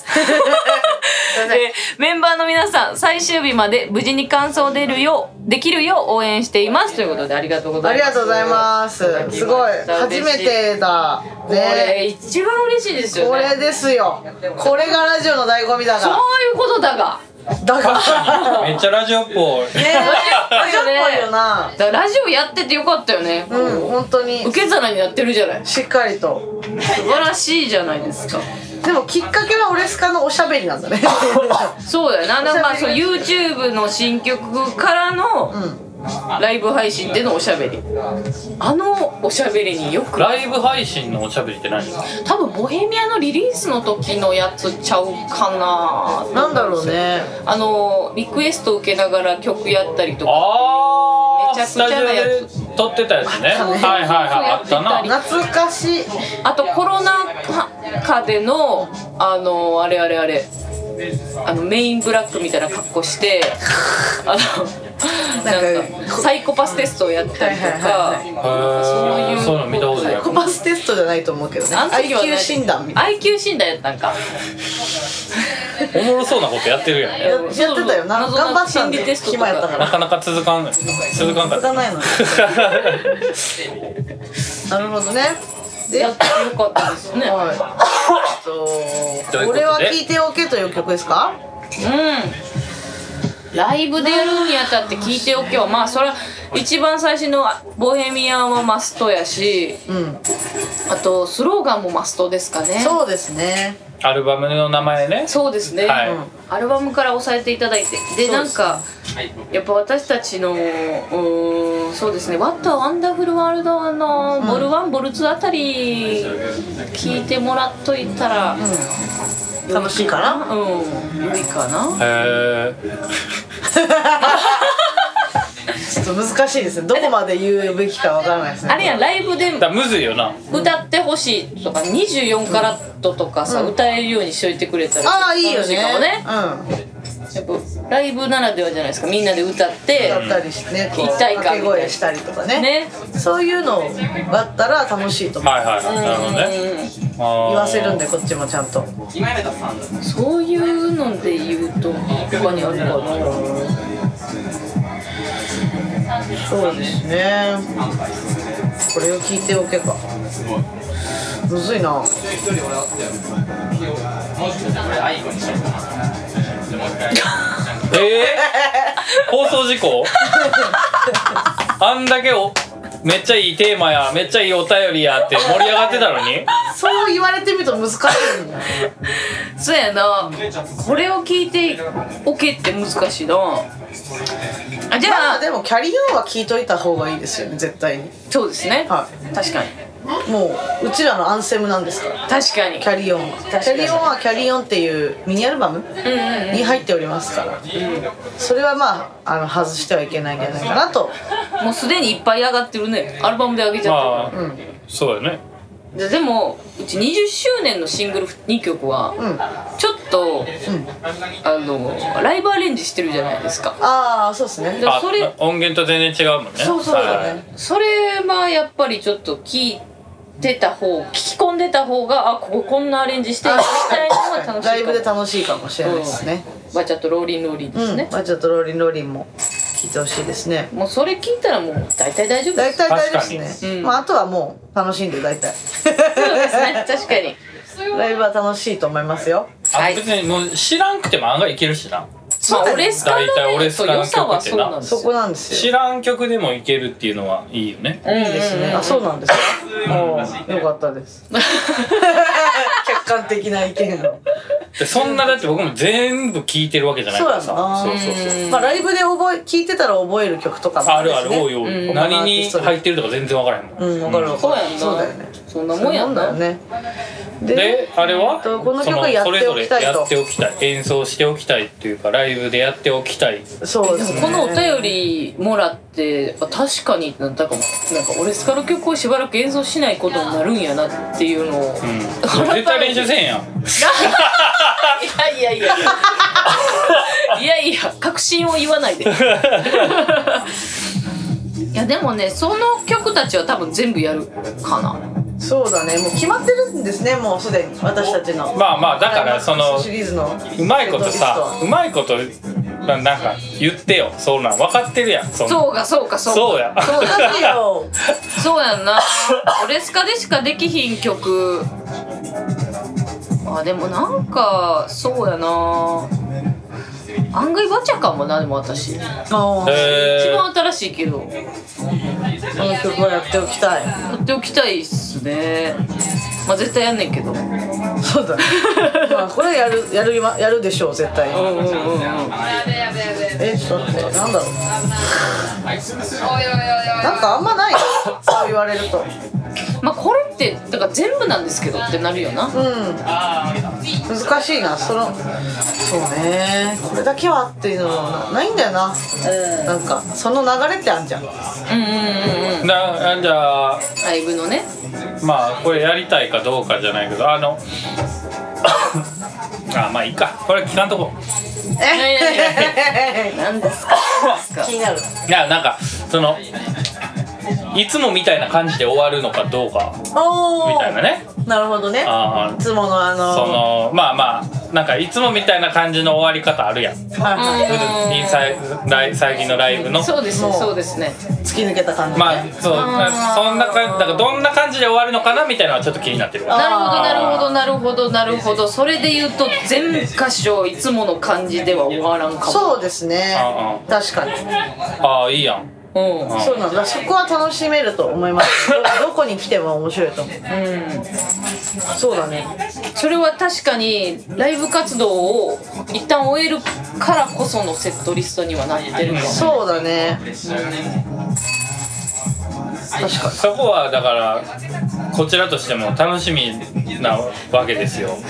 メンバーの皆さん最終日まで無事に完走できるよう応援していますということで、ありがとうございます。 ありがとうございます。すごい初めてだね。 これ一番嬉しいですよね。 これですよ。これがラジオの醍醐味だが。 そういうことだがめっちゃラジオっぽい。 ラジオっぽいよな。 ラジオやっててよかったよね。 本当に受け皿になってるじゃない。 しっかりと素晴らしいじゃないですか。 でもきっかけはオレスカのおしゃべりなんだねそうだよな。なんかそう YouTube の新曲からのライブ配信でのおしゃべり、あのおしゃべりによく。 ライブ配信のおしゃべりって何？ 多分ボヘミアのリリースの時のやつちゃうかな。 なんだろうね。 リクエスト受けながら曲やったりとか。めちゃくちゃなやつ撮ってたやつね。あったな。 懐かしい。 あとコロナ禍でのあれメインブラックみたいな格好してなんかサイコパステストをやったりとか、 そういうの見たことない。 サイコパステストじゃないと思うけどね。IQ 診断みたいな。 IQ 診断やったんか。 おもろそうなことやってるやん。 やってたよな。頑張ったんで暇やったから。 なかなか続かないの。 なるほどね。 やってよかったですね。 これは聴いておけという曲ですか？ ライブでやるにあたって聴いておけはまあそれは一番最初のボヘミアンはマストやし、あとスローガンもマストですかね。 そうですね。 アルバムの名前ね。 そうですね。アルバムから押さえていただいて、でなんかやっぱ私たちのそうですね、What a Wonderful World のボル1ボル2あたり聞いてもらっといたら楽しいかな。 良いかな。 ちょっと難しいですね。どこまで言うべきかわからないですね。 あれやライブでむずいよな。 歌ってほしいとか24カラットとかさ、歌えるようにしといてくれたらいいよね。 やっぱライブならではじゃないですか。みんなで歌ってったりしてね、 一体感掛け声したりとかね。そういうのがあったら楽しいと思う。 なるほどね。 言わせるんでこっちもちゃんと。 そういうので言うと他にあるかな。 そうですね。これを聞いておけば。むずいな。 放送事故あんだけめっちゃいいテーマやめっちゃいいお便りやって盛り上がってたのにそう言われてみると難しいんだ。 そうやな、これを聞いておけって難しいなあ。じゃあ、 でもキャリーオンは聞いといた方がいいですよね、絶対に。 そうですね、 は確かにもううちらのアンセムなんですから。 確かにキャリーオンはキャリーオンはキャリーオンっていうミニアルバムに入っておりますから、それはまあ外してはいけないんじゃないかなと。 もうすでにいっぱい上がってるね、アルバムで上げちゃってる、 そうよね。 でもうち20周年のシングル2曲はちょっと、ライブアレンジしてるじゃないですか。 ああ、そうですね。 それ音源と全然違うもんね。 そうだね。 それはやっぱりちょっと聞き込んでた方が、こんなアレンジしてみたいなのが楽しいかも。 ライブで楽しいかもしれないですね。 バチャとローリンローリンですね。 バチャとローリンローリンも聞いてほしいですね。 もうそれ聞いたらもう大体大丈夫です。 大体大丈夫ですね。まああとはもう楽しんで大体。 そうですね、確かに。 ライブは楽しいと思いますよ。 別にもう知らんくても案外いけるしな。 まあ俺スカの良さはそうなんですよ。 そこなんですよ。 知らん曲でもいけるっていうのはいいよね。 いいですね。あ、そうなんですか。よかったです。客観的な意見を。 そんなだって僕も全部聴いてるわけじゃないからさ。そう。 まあライブで聞いてたら覚える曲とかもあるある、多い多い。何に入ってるとか全然分からへんもん。 わかる。 そうやんな。 そうだよね。 そんなもんやんな。 で、あれはこの曲やっておきたいと。 それぞれやっておきたい、演奏しておきたいっていうか、ライブでやっておきたい。 そうですね。 このお便りもらって確かになんか俺スカの曲をしばらく演奏しないことになるんやなっていうのを、 絶対練習せんやん。 いや確信を言わないで。いやでもね、その曲たちは多分全部やるかな。 そうだね、もう決まってるんですね、もうすでに私たちの。 まあだからそのシリーズのうまいことなんか言ってよ。そうなん分かってるやん。そうや。 そうやんな。俺スカでしかできひん曲。でもなんかそうやな、案外バチャかもな。でも私一番新しいけど、 この曲はやっておきたい。 やっておきたいっすね。まあ絶対やんねんけど。 そうだね。まあこれやるでしょう、絶対に。ちょっと待って、なんだろう。なんかあんまない。そう言われると。 まあこれってだから全部なんですけどってなるよな。 難しいな。そうね、これだけはっていうのはないんだよな。なんかその流れってあんじゃん。 じゃあライブのね。 まあこれやりたいかどうかじゃないけどまあいいか、これ聞かんとこ。 何ですか。 気になる。 いや、なんかそのいつもみたいな感じで終わるのかどうかみたいなね。 なるほどね。いつものそのまあなんかいつもみたいな感じの終わり方あるやん。最近のライブの。 そうですね。 突き抜けた感じ。 まあそんな感じだからどんな感じで終わるのかなみたいなのはちょっと気になってる。 なるほど。それで言うと全箇所いつもの感じでは終わらんかも。 そうですね。確かに。 いいやん。 そうなんだ。そこは楽しめると思います。どこに来ても面白いと思う。そうだね。 それは確かにライブ活動を一旦終えるからこそのセットリストにはなってるかも。 そうだね。確かに。 そこはだからこちらとしても楽しみなわけですよ。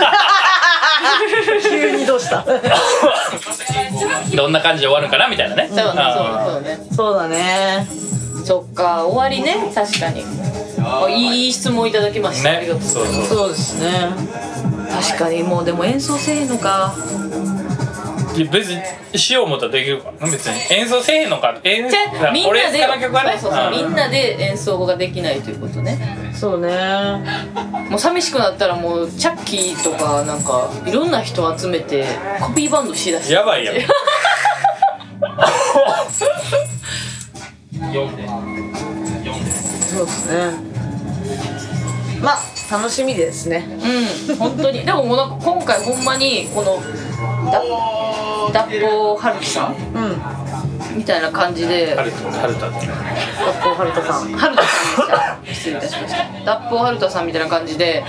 急にどうしたどんな感じで終わるかなみたいなね。 そうだね。 そっか、終わりね。確かにいい質問いただきましたね。 そうですね。 確かに。もうでも演奏せえへんのか。 別にしよう思ったらできるから別に演奏せえへんのか。みんなでみんなで演奏ができないということね。 そうね。 もう寂しくなったらもうチャッキーとかなんかいろんな人集めてコピーバンドしだしてやばいやん。 そうですね。まあ楽しみですね。 本当に。でももうなんか今回ほんまにこの脱法ハルトさんみたいな感じで、 ハルタ脱法ハルトさん、 ハルトさんでした。失礼いたしました。脱法ハルトさんみたいな感じで、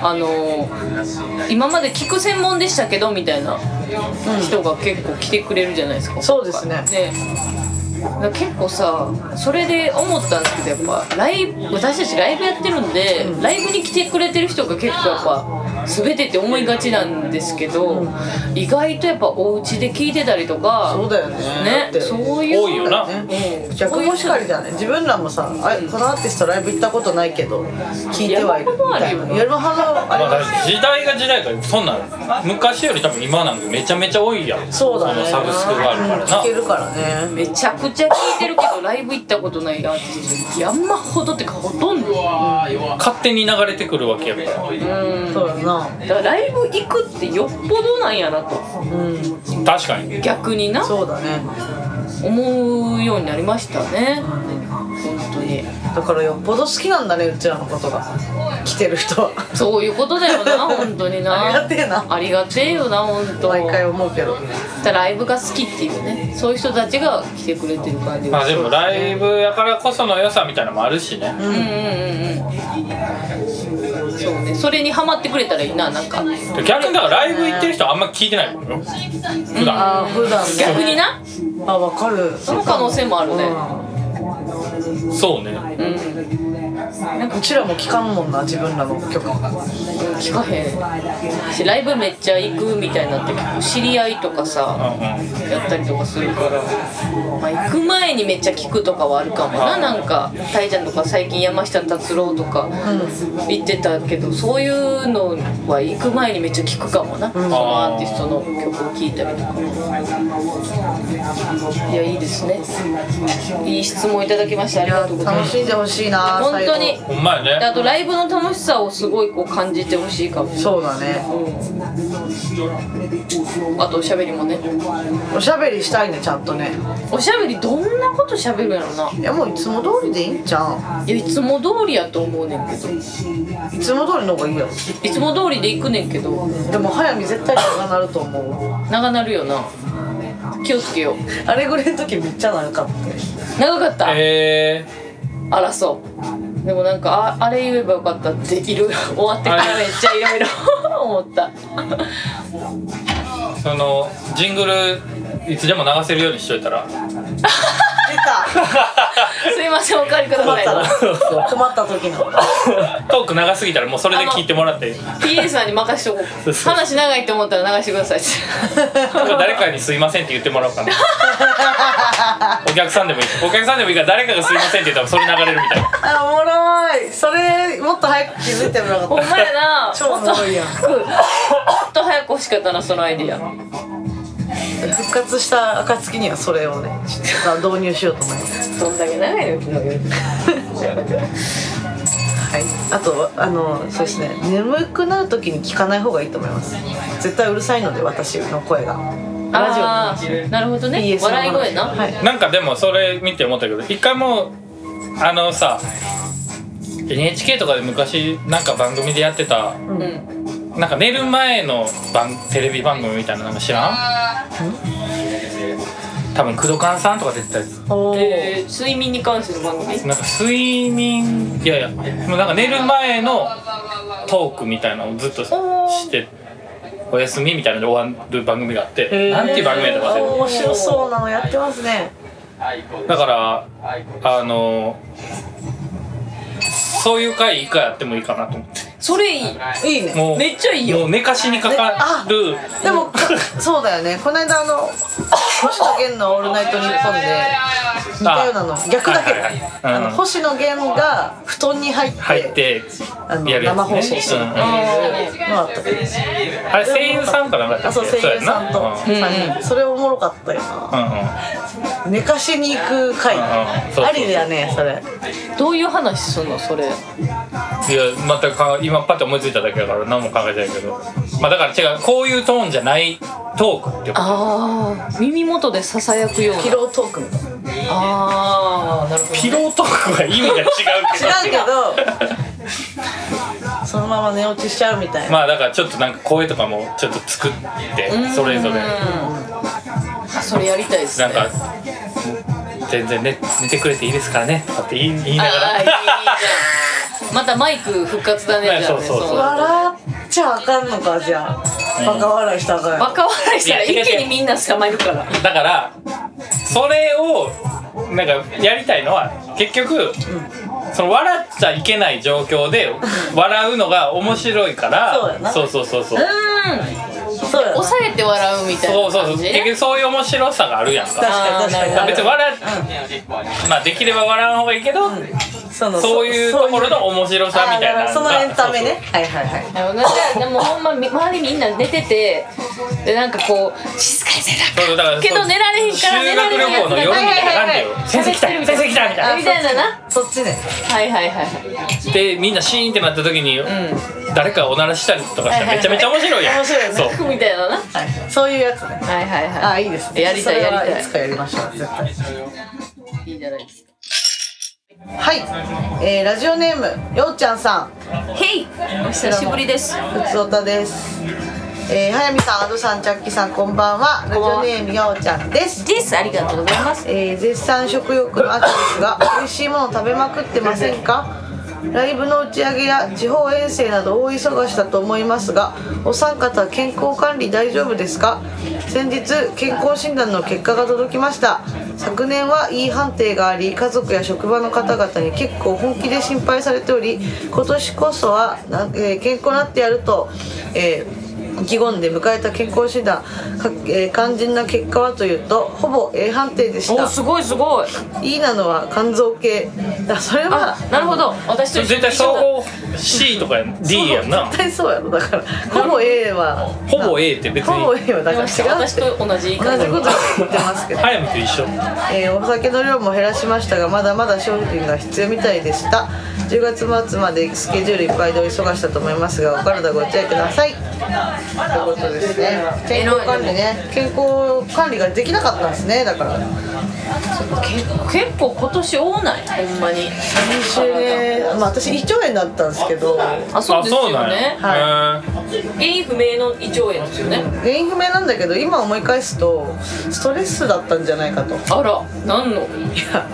今まで聞く専門でしたけどみたいな人が結構来てくれるじゃないですか。 そうですね。 で結構さ、それで思ったんですけど、やっぱ私たちライブやってるんで、ライブに来てくれてる人が結構やっぱ全てって思いがちなんですけど、意外とやっぱお家で聞いてたりとか、 そうだよね。 そういう多いよな。 逆もしかりじゃね。自分らもさ、このアーティストライブ行ったことないけど聞いてはいるみたいな。やるはずあります。 時代が時代からそんなん昔より多分今なんかめちゃめちゃ多いやん。 そうだね。 サブスクがあるからな。 聞けるからね。 めちゃくちゃ聞いてるけどライブ行ったことないアーティスト山ほどってかほとんど、 勝手に流れてくるわけやから。 そうやな。 だからライブ行くってよっぽどなんやなと、 確かに逆になそうだね。 思うようになりましたね、本当に。 だからよっぽど好きなんだね、うちらのことが来てる人は。 そういうことだよな本当にな。 ありがてえな。 ありがてえよな本当。 毎回思うけど。 ライブが好きっていうね、そういう人たちが来てくれてる感じが。 まあでもライブやからこその良さみたいなのもあるしね。 そうね、それにハマってくれたらいいな、なんか逆にだからライブ行ってる人はあんま聞いてないもんよ普段。 普段ね。 逆にな、 わかる。 その可能性もあるね。 そうね。 うちらも聞かんもんな、自分らの曲。 聞かへんし、ライブめっちゃ行くみたいになって結構知り合いとかさ、やったりとかするから、まあ、行く前にめっちゃ聞くとかはあるかもな。なんかタイちゃんとか最近山下達郎とか言ってたけど、そういうのは行く前にめっちゃ聞くかもな、そのアーティストの曲を聴いたりとか。いや、いいですね。いい質問いただきましてありがとうございます。 楽しんでほしいな、 本当に。 ほんまやね。 あとライブの楽しさをすごいこう感じてほしいかも。 そうだね。 あとおしゃべりもね。 おしゃべりしたいね、ちゃんとね。 おしゃべりどんなことしゃべるやろな。 いや、もういつも通りでいいんじゃん。 いや、いつも通りやと思うねんけど。 いつも通りの方がいいよ。 いつも通りで行くねんけど。 でも早見絶対長なると思う。 長なるよな。気をつけよう。 あれぐらいの時めっちゃ長かった。 長かった。あら、そう。でもなんかあれ言えばよかったっていろいろ終わってからめっちゃいろいろ思った。 そのジングルいつでも流せるようにしといたら。 出た。 すいません、お借りください。 困った時のトーク長すぎたらもうそれで聞いてもらって。 PA さんに任しとこう。話長いって思ったら流してくださいって。 誰かにすいませんって言ってもらおうかな。お客さんでもいい。お客さんでもいいから誰かがすいませんって言ったらそれ流れるみたいな。 あ、おもろい。それもっと早く気づいてもらかった。 ほんまやな。 超おもろいやん。 もっと早く欲しかったな、そのアイディア。 復活した暁にはそれをね、導入しようと思います。 どんだけ長いの昨日。 はい。あとそうですね。眠くなる時に聞かない方がいいと思います。絶対うるさいので、私の声が。ラジオに。 なるほどね。 PS 笑い声な。 はい。 なんかでもそれ見て思ったけど、一回もさ NHK とかで昔なんか番組でやってた、なんか寝る前のテレビ番組みたいなの知らん？多分工藤勘さんとか出てたやつ。 睡眠に関する番組。 なんか睡眠、いやいや、もうなんか寝る前のトークみたいなのをずっとしておやすみみたいなので終わる番組があって、なんていう番組やったか忘れて。 面白そうなのやってますね。 だからそういう回一回やってもいいかなと思って。 それいい。 いいね。 もうめっちゃいいよ。 もう寝かしにかかる。 でもそうだよね。この間星野源の「オールナイトニッポン」で似たようなの逆だけど、星野源が布団に入ってやるやつね。 生放送するっていうのあったけど、 あれ声優さんかなんかやったっけ？ そう、声優さんと3人。それおもろかったよな。寝かしに行く回ありだね、それ。 どういう話すんのそれ？ いや、全く今パッと思いついただけだから何も考えてないけど、まあだから違う、こういうトーンじゃないトークってこと。 ああ、耳元でささやくようなピロートークみたいな。 ああ、なるほど、ね。 ピロートークは意味が違うけど違うけどそのまま寝落ちしちゃうみたいな。 まあだからちょっとなんか声とかもちょっと作ってそれぞれそれやりたいですね。 なんか全然寝てくれていいですからねとかって言いながら。 いいじゃん。またマイク復活だね。じゃあね。 そう笑っちゃあかんのかじゃあ。バカ笑いしたらあかんやろ。 バカ笑いしたら一気にみんな捕まえるから。 だからそれをなんかやりたいのは結局、その笑っちゃいけない状況で笑うのが面白いからそうやなそうそうやな。 抑えて笑うみたいな感じ。 結局そういう面白さがあるやんか。 確かに確かに。 別にまあできれば笑わん方がいいけど、そういうところの面白さみたいな。 そのエンタメね。はいはいはい。 でもほんま周りみんな寝てて、でなんかこう静かにせなけど寝られへんから寝られへん。 修学旅行の夜みたいな感じよ。先生来たみたいなな。 そっちね。 はいはいはい。 でみんなシーンってなった時に誰かおならしたりとかしたらめちゃめちゃ面白いやん。 面白いね。 そうみたいなな。 そういうやつね。 はいはいはい。 あ、いいですね。 やりたいやりたい。 いつかやりましょう絶対。 いいじゃないですか。 はい、ラジオネームようちゃんさん。 へい、お久しぶりです。 ふつおたです。早見さん、アドさん、チャッキさん、こんばんは。ラジオネームようちゃんです。 ありがとうございます。 絶賛食欲の秋ですが、美味しいもの食べまくってませんか？ライブの打ち上げや地方遠征など大忙しだと思いますが、お三方健康管理大丈夫ですか？先日健康診断の結果が届きました。昨年は E 判定があり、家族や職場の方々に結構本気で心配されており、今年こそは健康になってやると、意気込んで迎えた健康診断、肝心な結果はというとほぼ A 判定でした。 お、すごいすごい。 E なのは肝臓系だ。それはなるほど。私と絶対総合 C とか D やんな。 絶対そうやろ。だからほぼ A はほぼ A って別にほぼ A はだから違うって私と同じ言い方。 同じこと言ってますけど、 早見と一緒。 お酒の量も減らしましたが、まだまだ商品が必要みたいでした。10月末までスケジュールいっぱいでお忙しだと思いますが、お体ご注意くださいということですね。健康管理ね、健康管理ができなかったんですね。だから結構今年多ないほんまに。 先週ね、私胃腸炎だったんですけど、 あ、そうですよね。 は原因不明の胃腸炎ですよね。 原因不明なんだけど、今思い返すとストレスだったんじゃないかと。 あら、なんの？ いや、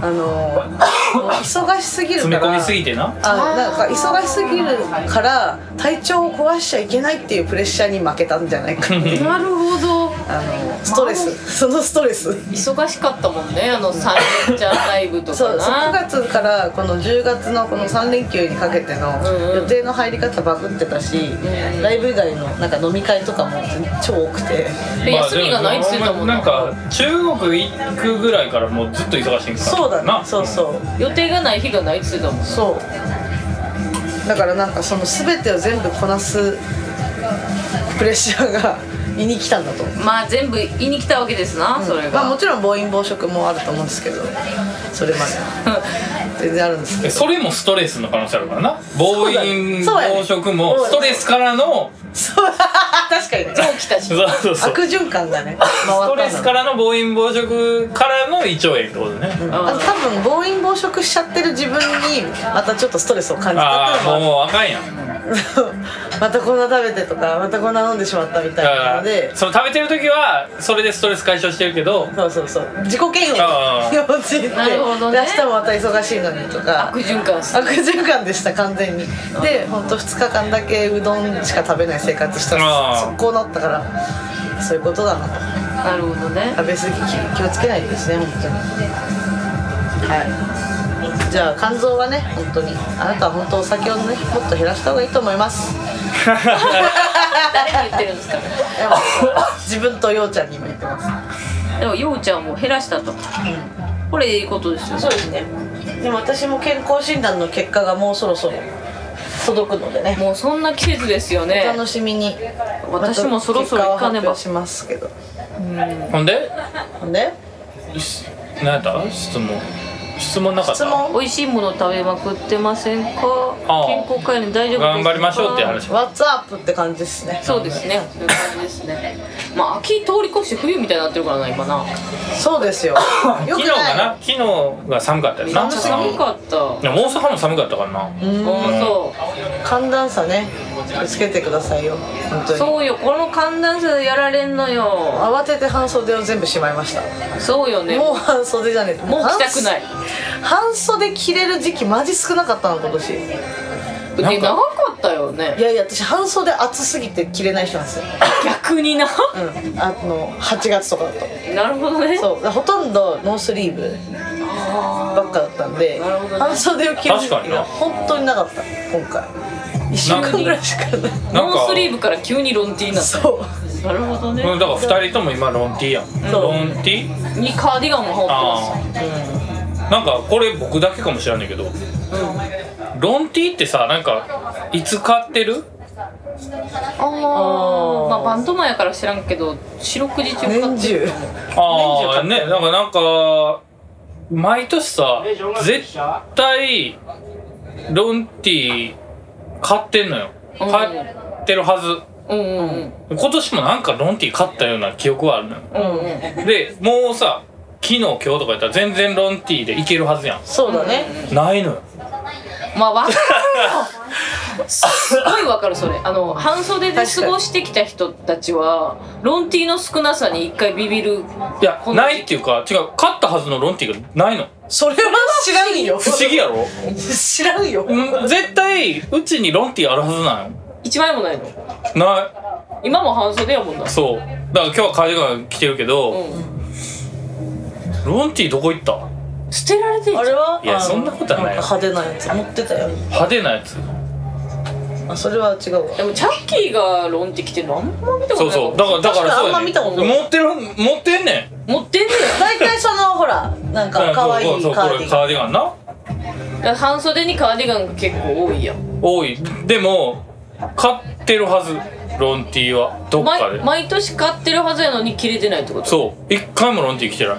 忙しすぎるから、 詰め込みすぎてな。 なんか忙しすぎるから体調を壊しちゃいけないっていうプレッシャーに負けたんじゃないかっていうなるほど。 ストレス、そのストレス。 忙しかったもんね、3連チャンライブとかそう、9 な。 月からこの10月のこの3連休にかけての予定の入り方バグってたし、ライブ以外のなんか飲み会とかも超多くて、 休みがないって言ってたもんなんか中国行くぐらいからもうずっと忙しいんから。 そうだね、そうそう予定がない日がないって言ってたもん。 そうだからなんかその全てを全部こなすプレッシャーが胃に来たんだと。 まあ全部胃に来たわけですな、それが。 もちろん暴飲暴食もあると思うんですけど、それまで全然あるんですけど、 それもストレスの可能性あるからな。暴飲そうだね暴食もストレスからのそう確かにね、 臓器たち。 そう悪循環がね回ストレったんだ。 スからの暴飲暴食からの胃腸炎ってことね。 あと多分暴飲暴食しちゃってる自分にまたちょっとストレスを感じたっていうのももうあかんやん。 またこんな食べてとか、またこんな飲んでしまったみたいなので、 その食べてる時はそれでストレス解消してるけど、 そう自己嫌悪に陥って、 なるほどね、 で明日もまた忙しいのにとか悪循環する。 悪循環でした完全に。で本当2日間だけうどんしか食べない生活したら速攻なったから、そういうことだなと。 なるほどね。 食べ過ぎ気をつけないとですね、本当に。はい、じゃあ肝臓はね、本当にあなたは本当お酒をねもっと減らした方がいいと思います。 誰に言ってるんですか？ 自分とようちゃんにも言ってます。 でもようちゃんも減らしたと、これいいことですよ。 そうですね。でも私も健康診断の結果がもうそろそろ届くのでね、 もうそんな季節ですよね。 お楽しみに。 私もそろそろ行かねば。 結果を発表しますけど。 ほんでなんで何やった？質問なかった？ 質問？ 美味しいもの食べまくってませんか？ ああ健康管理大丈夫ですか？ 頑張りましょうって話。 What's up って感じですね。 そうですね、そういう感じですね。まあ秋通り越して冬みたいになってるからな今な。 そうですよ。よく昨日がない。 な、昨日が寒かったよな。 寒かった。 いや大阪も寒かったからな。 そう。 寒暖差ね。 気をつけてくださいよ本当に。 そうよ、この寒暖差でやられんのよ。 慌てて半袖を全部しまいました。 そうよね。 もう半袖じゃねえ、 もう着たくない。 半袖着れる時期マジ少なかったの今年。 で長かったよね。 いやいや、私半袖暑すぎて着れない人なんですよ。 逆にな。 8月とかだと。 なるほどね。 そう、ほとんどノースリーブばっかだったんで、半袖を着る時期が本当になかった今回。1週間ぐらいしかない。 ノースリーブから急にロンティーになった。 そう、 なるほどね。 だから2人とも今ロンティーやん。ロンティーにカーディガンも羽織ってます。なんかこれ僕だけかもしれないけど、ロンティーってさ、なんかいつ買ってる？ まあバンドマンやから知らんけど四六時中買ってる。 年中ね、なんか毎年さ絶対ロンティー買ってんのよ。買ってるはず。今年もなんかロンティー買ったような記憶はあるのよ。でもうさ、昨日今日とかやったら全然ロンティーでいけるはずやん。 そうだね。 ないのよ。 まあ分かるよ。すごい分かるそれ。半袖で過ごしてきた人たちはロンティーの少なさに一回ビビる。 いや、ないっていうか、違う、買ったはずのロンティーがないの。 それは知らんよ。 不思議やろ。 知らんよ。 絶対うちにロンティーあるはずなんよ。 一枚もないの。 ない。 今も半袖やもんな。 そうだから今日はカーディガン着てるけど、ロンティーどこ行った？ 捨てられてんじゃん。 あれは？ いや、そんなことはないよ。 派手なやつ持ってたよ。 派手なやつ。 それは違うわ。 でもチャッキーがロンティー着てるのあんま見たことない。 そうだからそうあんま見たことない。 持ってんねん。 持ってんね大体そのほらなんか可愛いカーディガンな。 半袖にカーディガンが結構多いやん。 多い。でも買ってるはず、ロンティーはどっかで。 毎年買ってるはずやのに着れてないってこと？ そう一回もロンティー着てない。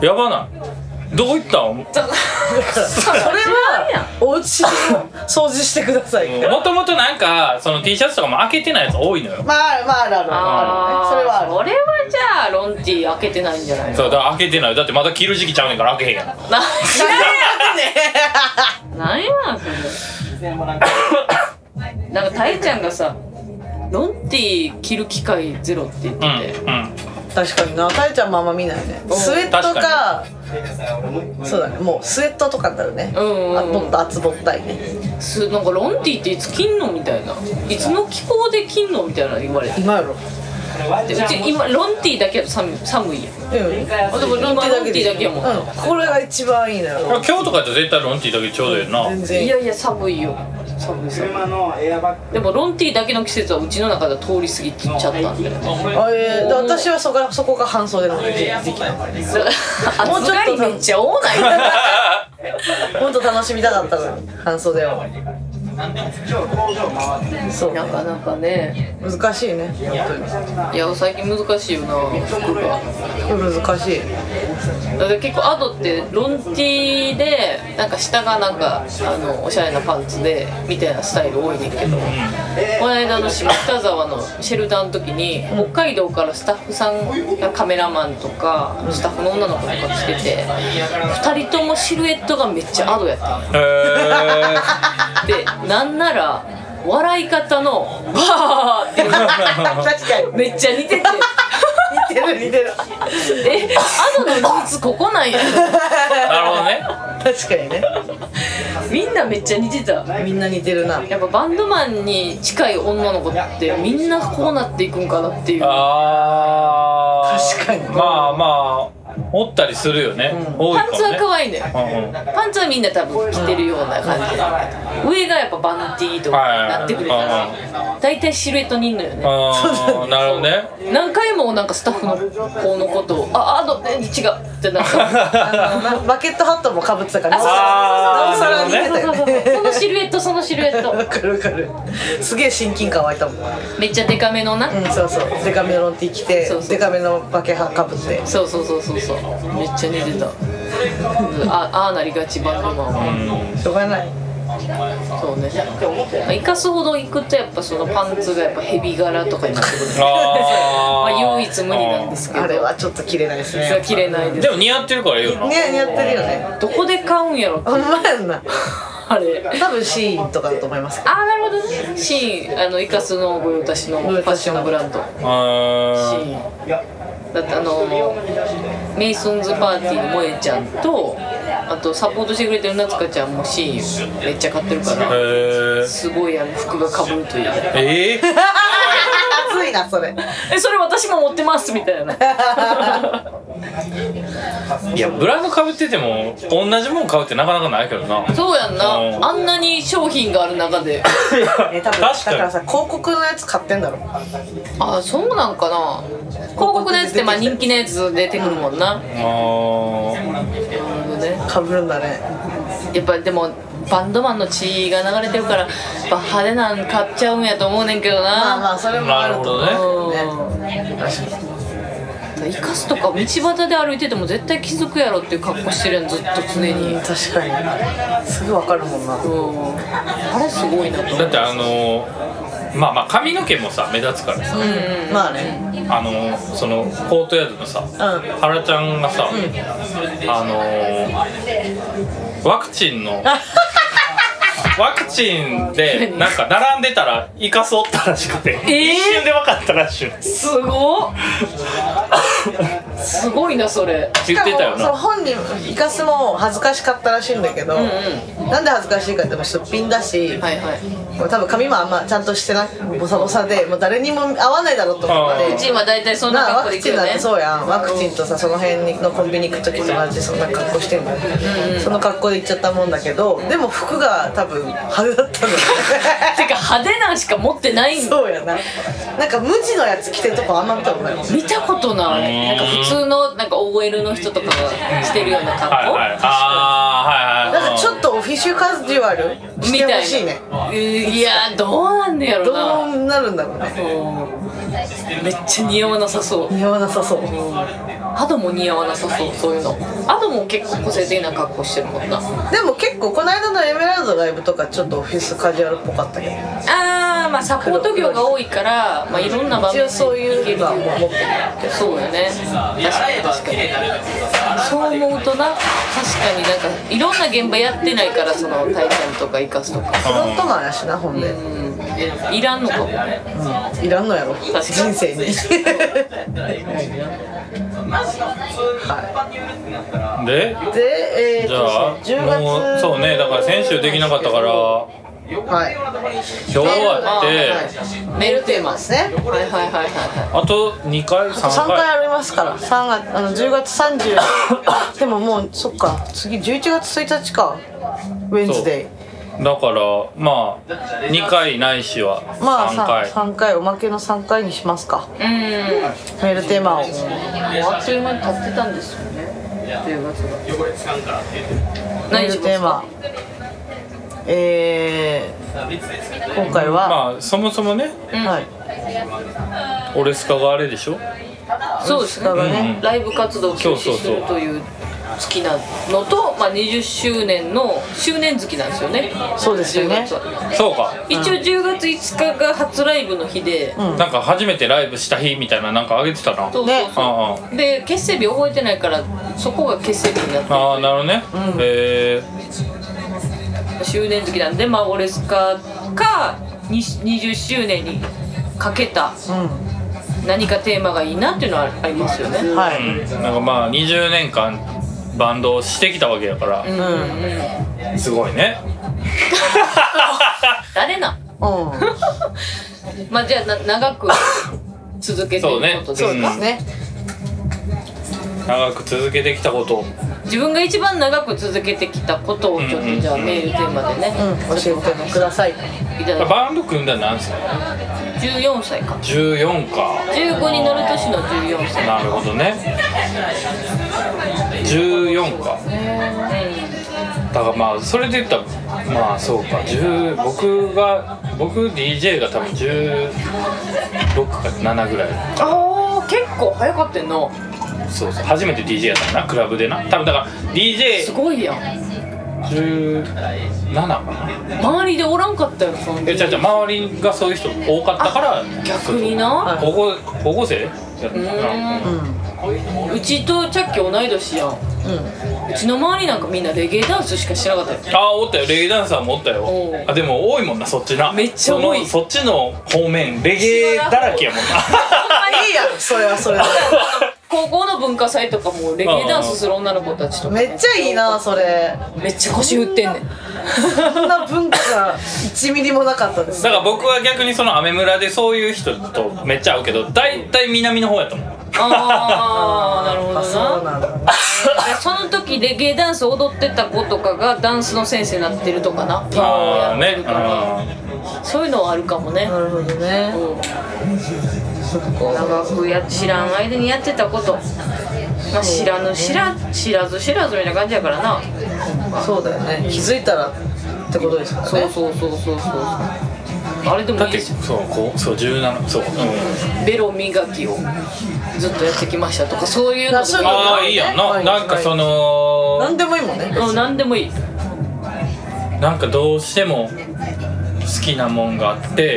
やばない？どこ行ったん？ それはお家で掃除してください。 もともとなんかその T シャツとかも開けてないやつ多いのよ。 まああるね。それはある。 それはじゃあロンティー開けてないんじゃないの？ そうだ、開けてない。だってまだ着る時期ちゃうねんから開けへんやん。 なんやそれ。なんかタイちゃんがさロンティー着る機会ゼロって言ってて、 確かにな。タイちゃんもあんま見ないね。スウェットか、そうだね、もうスウェットとかになるね。もっと厚ぼったいね。 なんかロンティーっていつ着んのみたいな、いつの気候で着んのみたいな言われて。 今やろ。 でうち今ロンティーだけだと寒いやん。でもロンティーだけやもん。 これが一番いいのよ。 今日とかやったら絶対ロンティーだけちょうどいいな。 いやいや寒いよ。寒い。でもロンティーだけの季節はうちの中で通り過ぎちゃったんだよね。 私はそこが半袖の時期なの。 もうちょっとめっちゃ多ない。 もっと楽しみたかったのに半袖を。そう、 なかなかね難しいね本当に。 いや最近難しいよな服が。 難しい。 だって結構アドってロンティーでなんか下がなんかおしゃれなパンツでみたいなスタイル多いねんけど、この間の下北沢のシェルターの時に北海道からスタッフさんがカメラマンとかスタッフの女の子とか来てて、2人ともシルエットがめっちゃアドやったんよ。でなんなら笑い方のわーっていう確かにめっちゃ似てて似てるアドのルーツここなんや。 なるほどね。 確かにね。 みんなめっちゃ似てた。 みんな似てるな。 やっぱバンドマンに近い女の子ってみんなこうなっていくんかなっていう。 確かに。 まあおったりするよね。 パンツは可愛いね。パンツはみんな多分着てるような感じだけど、上がやっぱバンティーとかなってくれたら大体シルエットにいんのよね。 なるほどね。 何回もなんかスタッフの子のことを違うってなんかバケットハットもかぶってたから、なおさら似てたよね。 そのシルエットわかるすげえ親近感湧いたもん。 めっちゃデカめのな。 そうデカめのロンティ着て、デカめのバケハかぶって。 そうめっちゃ似てた。ああなりがちバンドマンは。 しょうがない。 そうね。生かすほど行くとやっぱそのパンツがやっぱヘビ柄とかになってくる。唯一無二なんですけど。 あれはちょっと着れないですね。 着れないです。 でも似合ってるからいいよな。 似合ってるよね。 どこで買うんやろ。 ほんまやんな。 あれ多分シーンとかだと思いますけど。 ああなるほどね。シーンイカスの御用達のファッションブランドシーンだってメイソンズパーティーの萌えちゃんとあとサポートしてくれてる夏香ちゃんもシーンめっちゃ買ってるからすごい服が被るという熱いなそれ。 それ私も持ってますみたいな。 いやブランド被ってても同じもん買うってなかなかないけどな。 そうやんな、あんなに商品がある中で多分だからさ広告のやつ買ってんだろ。 あ、そうなんかな。広告のやつってまあ人気のやつ出てくるもんな。 かぶるんだね。 やっぱでもバンドマンの血が流れてるからやっぱ派手なん買っちゃうんやと思うねんけどな。 まあまあそれもあると思うね。 イカスとか道端で歩いてても絶対気づくやろっていう格好してるやんずっと常に。 確かにすぐ分かるもんな。 あれすごいなと思う。 だってまあ髪の毛もさ目立つからさ、 まあねそのコートヤードのさ、原ちゃんがさ、ワクチンでなんか並んでたらイカスおったらしくて、一瞬で分かったらしい。 すごっすごいなそれ。 言ってたよな。 本人イカスも恥ずかしかったらしいんだけど、なんで恥ずかしいかってもすっぴんだし、多分髪もあんまちゃんとしてなボサボサでもう誰にも合わないだろうと思って。 ワクチンは大体そんな格好でいくよね。 ワクチンなんてそうやん。ワクチンとさその辺のコンビニ行く時と同じそんな格好してんの。その格好で行っちゃったもんだけど、でも服が多分派手だったんだよね。 てか派手なんしか持ってないんだ。 そうやな。なんか無地のやつ着てるとこあんま見たことない。 見たことない。なんか普通のなんか OL の人とかがしてるような格好。 はいはい。ああはいはい。 なんかちょっとオフィシュカジュアルしてほしいね。 いやどうなんだやろうな。 どうなるんだろうね。 めっちゃ似合わなさそう。 似合わなさそう。 アドも似合わなさそう。そういうの。アドも結構個性的な格好してるもんな。 でも結構この間のエメラルドライブとかちょっとオフィスカジュアルっぽかったけど。 まあサポート業が多いからまあいろんな場面でそういうのは持ってるけど。 そうよね。確かにそう思うとな、確かになんかいろんな現場やってないからそのタイタンとかイカスとかフロントマンやしなほんで。 いらんのかもね。 いらんのやろ。 確かに人生に。 でじゃあ 10月もうそうねだから先週できなかったからはい。 今日終わってメールテーマですね。 はいあと2回3 3回回ありますから。10月30でももうそっか次11月1日かウェンズデイだからまあ2回ないしはまあ 3回、 3回おまけの3回にしますか。メールテーマをもうあっという間に経ってたんですよね10月が。 メールテーマ今回はまあそもそもねはいオレスカがあれでしょ。 そうですね、ライブ活動を休止するという月なのと、まあ、20周年の周年月なんですよね。 そうですよね。 10月はそうか、 一応10月5日が初ライブの日で、 なんか初めてライブした日みたいななんかあげてたな。 そうそうそうで結成日覚えてないからそこが結成日になってる。 ああなるほどね、 周年月なんで、まあ、オレスカか20周年にかけた何かテーマがいいなっていうのはありますよね。 はい。 なんかまあ20年間バンドをしてきたわけやから、すごいね。 誰なん？まあじゃあ長く続けていくことですか？ そうですね。 長く続けてきたことを自分が一番長く続けてきたことをちょっとじゃあメールテーマでね、 教えてください。 いただきバンド組んだら何歳 14歳か 14か 15になる年の14歳。 なるほどね14かだからまあそれで言ったらまあそうか僕 DJ が多分16か7ぐらい。 ああ結構早かったんの。 そうそう初めて DJ やったなクラブでな多分だから DJ すごいやん。 10 7かな。 周りでおらんかったよその時。 じゃ周りがそういう人多かったから逆にな。 高校生やったかな。 うちとチャッキー同い年やん。うちの周りなんかみんなレゲエダンスしか知らなかったよ。 おったよ、レゲエダンサーもおったよ。でも多いもんな、そっちな。 めっちゃ多い。 そっちの方面レゲエだらけやもんな。 いいやん、それはそれで。 高校の文化祭とかもレゲエダンスする女の子たちとかめっちゃいいな、それ。 めっちゃ腰振ってんねん。 そんな文化が1ミリもなかったです。 だから僕は逆にそのアメ村でそういう人とめっちゃ会うけど、大体南の方やと思う。 ああ、なるほどな。 そうなんだ。 その時レゲエダンス踊ってた子とかがダンスの先生になってるとかな。 ああね。 そういうのはあるかもね。 なるほどね。 長く知らん間にやってたこと、まあ知らず知らずみたいな感じやからな。 そうだよね。気づいたらってことですからね。 そう。あれでもだっていいですよ。 そう17そう。 ベロ磨きをずっとやってきましたとかそういうのでもああいいやんな。なんかその何でもいいもんね。 何でもいい。 なんかどうしても好きなもんがあって、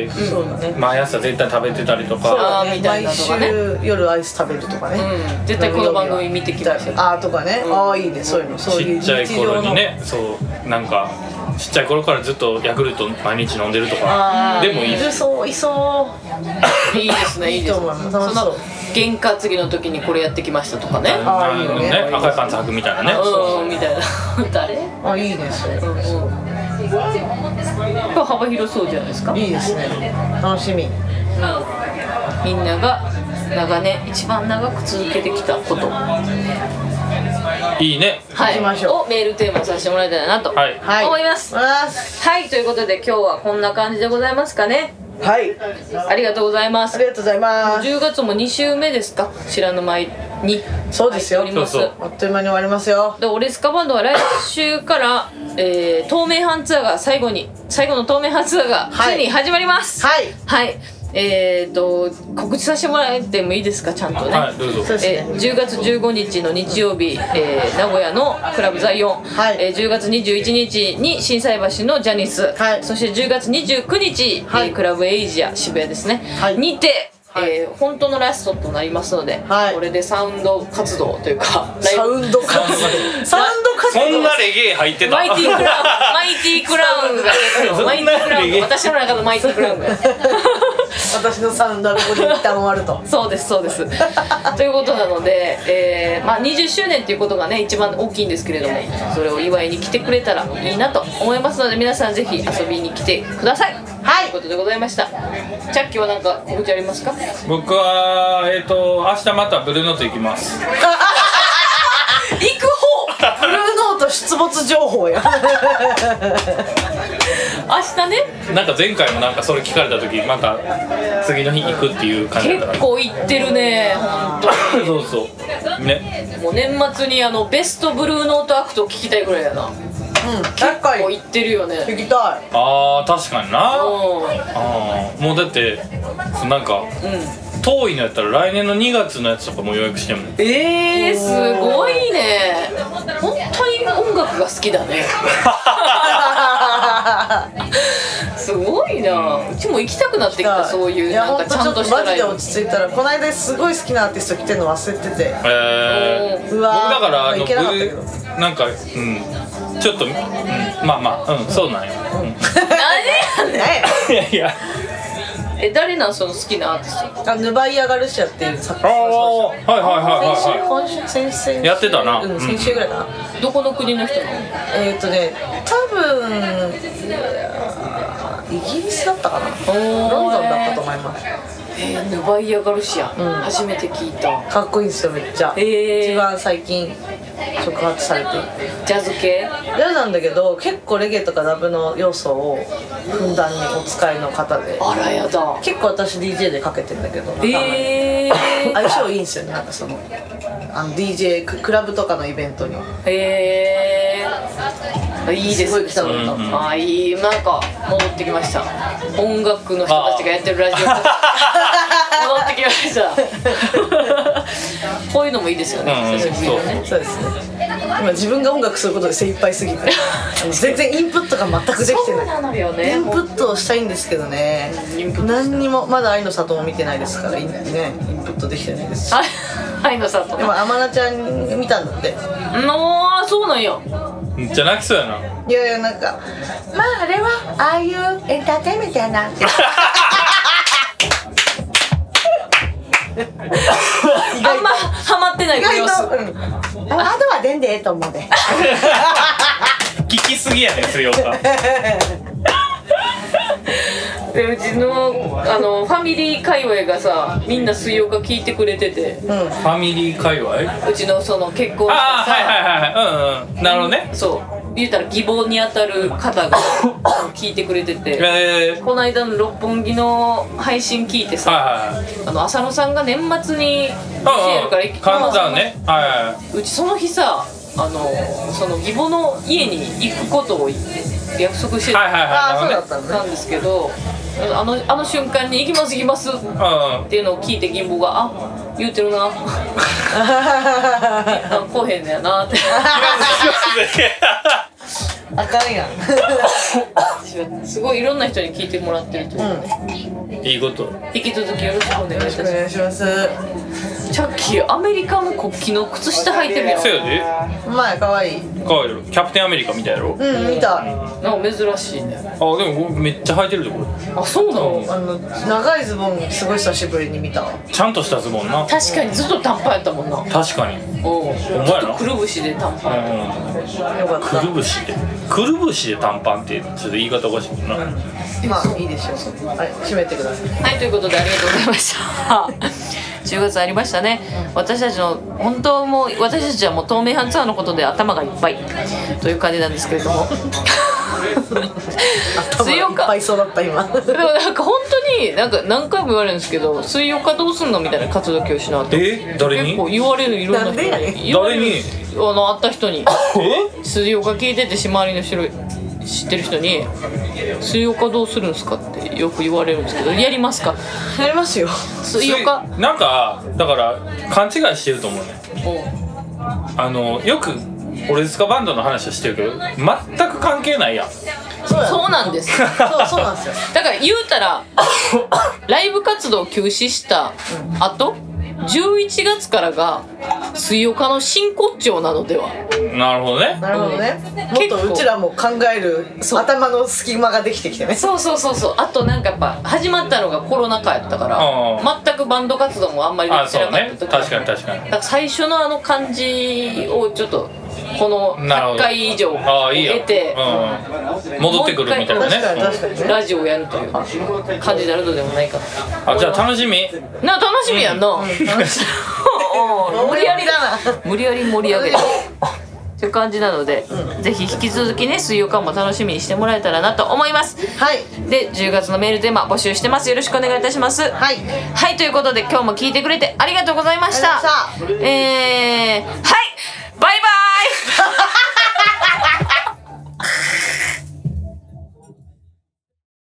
そうだね。 毎朝絶対食べてたりとそうか。 だね。 みたいな毎週とかね夜アイス食べるとかね。 絶対この番組見てきましたよ。 あーとかね。ああいいね、そういうの。そういうちっちゃい頃にね、そうなんかちっちゃい頃からずっとヤクルト毎日飲んでるとかでもいいし。 いそう。 いいですね、いいですね。 いいと思います。楽しそう。 験担ぎの時にこれやってきましたとかね。 あーいいね赤いパンツ履くみたいなね。 みたいな。誰？ あ、いいね、それ。 今日幅広そうじゃないですか。 いいですね。楽しみ。 みんなが長年一番長く続けてきたこといいね。 はい、 行きましょうをメールテーマにさせてもらいたいなと思はいはい。 います。はい、ということで今日はこんな感じでございますかね。 はい。 ありがとうございますあ。りがとうございます。 10月も2週目ですか、知らぬ間にそうですよ。 入っております。 そうあっという間に終わりますよ。 でオレスカバンドは来週から、東名阪ツアーが最後の東名阪ツアーがついに始まります。 はい。 はい、告知させてもらってもいいですか、ちゃんとね。 はい、どうぞ。 そうですね。 10月15日の日曜日、名古屋のクラブザイオン、 はい 10月21日に心斎橋のジャニス、 はいそして10月29日、 はいクラブエイジア渋谷ですね、 はいにて、 はい本当のラストとなりますので、 はいこれでサウンド活動というかサウンド活動。サウンド活動。 そんなレゲエ入ってた。 マイティークラウンがマイティークラウン、私の中のマイティークラウンが私のサウンドはここで一旦終わると。 そうですということなので、20周年っていうことがね一番大きいんですけれども、それを祝いに来てくれたらいいなと思いますので、皆さんぜひ遊びに来てください。 はいということでございました。チャッキーは何か告知ありますか？ 僕は明日またブルーノート行きます。 行く方ブルーノート出没情報や。 明日ね、 なんか前回もなんかそれ聞かれた時また次の日行くっていう感じだった結構行ってるね本当に。 そうそうね。 もう年末にベストブルーノートアクトを聞きたいぐらいやな。 うん。高い。 もう行ってるよね。 行きたい。 あー確かにな。 うあーもうだってなんか遠いのやったら来年の2月のやつとかも予約しても。 ん。すごいね。本当に音楽が好きだね。すごいな。うちも行きたくなってきた。そういうなんかちゃんとしたマジでライブ。 落ち着いたら、この間すごい好きなアーティスト来てるの忘れてて。僕僕うわーだから行けなかったけどなんかちょっとまあそうなんよ。 何やねねいやいや。 ん。誰なんその好きなアーティスト？ ヌバイア・ガルシアっていう作あ家あがはいはいはいはい。 先週やってたなうん、先週ぐらいかな。 どこの国の人なの？ 多分イギリスだったかな。ロンドンだったと思います。 ヌバイア・ガルシア、 ん初めて聞いた。 かっこいいんですよ、めっちゃ。一番最近触発されてる。 ジャズ系？ 嫌なんだけど、結構レゲエとかラブの要素をふんだんにお使いの方で、 あらやだ。 結構私 DJ でかけてんだけど、相性いいんですよね。なんかそのDJ クラブとかのイベントにいいですね。 すごい来たのと、 いい、なんか戻ってきました。音楽の人たちがやってるラジオ戻ってきました。こういうのももいいですよね。久しぶりだね。 そうですね。今自分が音楽することで精一杯すぎて全然インプットが全くできてそうな。 ないのよね。 インプットをしたいんですけどね。何にもまだ愛の里も見てないですからね、インプットできてないですし。 愛の里。 でも天菜ちゃん見たんだって。 そうなんや。 めっちゃ泣きそうやな。 いやいや、なんかまああれはああいうエンターテインメントやなってあんまハマってないご様子。 あとは出んでええと思うで聞きすぎやねん水曜か。 でうちのファミリー界隈がさ、みんな水曜日聞いてくれてて、 ファミリー界隈？ うちのその結婚したああ、はいさ、 はいはい、なるほどね。 そう言うたら義母にあたる方が聞いてくれてて、この間の六本木の配信聞いてさ、 はいはい、 浅野さんが年末に CL から行き簡単ね。はいはい。 うちその日さ、その義母の家に行くことを約束してたんですけど、あの瞬間に行きますっていうのを聞いて義母が言うてるなこうへんねやなってあかんやんすごいいろんな人に聞いてもらってるというね、 いいこと。 引き続きよろしくお願いいたします。 お願いします。 チャッキーアメリカの国旗の靴下履いてるやん。 そうやで。 うまい、かわいい。 かわいいやろ。キャプテンアメリカみたいやろ。 見た。 なんか珍しいね。 でもめっちゃ履いてるでこれ。 そうなの？ 長いズボンすごい久しぶりに見たわ。 ちゃんとしたズボンな。 確かにずっと短パンやったもんな。 確かに。 お前な。 くるぶしで短パン。 よかった。 くるぶしで短パンってちょっと言い方おかしいもんな。 まあいいでしょう。はい、閉めてください。 はい、ということでありがとうございました10月ありましたね。私たちはもう透明版ツアーのことで頭がいっぱいという感じなんですけれども水曜日いっぱいそうだった今でもなんか本当になんか何回も言われるんですけど、水曜日どうすんのみたいな活動教師の後誰に？ 結構言われる、いろんな人に。 誰に誰に？ 会った人に水曜日聞いてて周りの人知ってる人に水曜日どうするんですかってよく言われるんですけど、やりますか？ やりますよ。 水曜日なんかだから勘違いしてると思うね。よく俺スカバンドの話はしてるけど全く関係ないやん。 そうなんですそうなんですよ。 だから言うたらライブ活動を休止した後、11月からが水曜日の真骨頂なのでは。 なるほどね。 なるほどね。もっとうちらも考える頭の隙間ができてきてね。 そうあとなんかやっぱ始まったのがコロナ禍やったから全くバンド活動もあんまりできてなかった時、 確かにだから最初の感じをちょっとこの100回以上を経て戻ってくるみたいなね。 確かにね。 ラジオをやるという感じになるのではないかと。 じゃあ楽しみ楽しみやんな、無理やりだな、無理やり盛り上げてという感じなので、ぜひ引き続きね水曜日も楽しみにしてもらえたらなと思います。 はいで10月のメールテーマ募集してます。よろしくお願いいたします。 はい、 ということで今日も聞いてくれてありがとうございました。はいバイバイ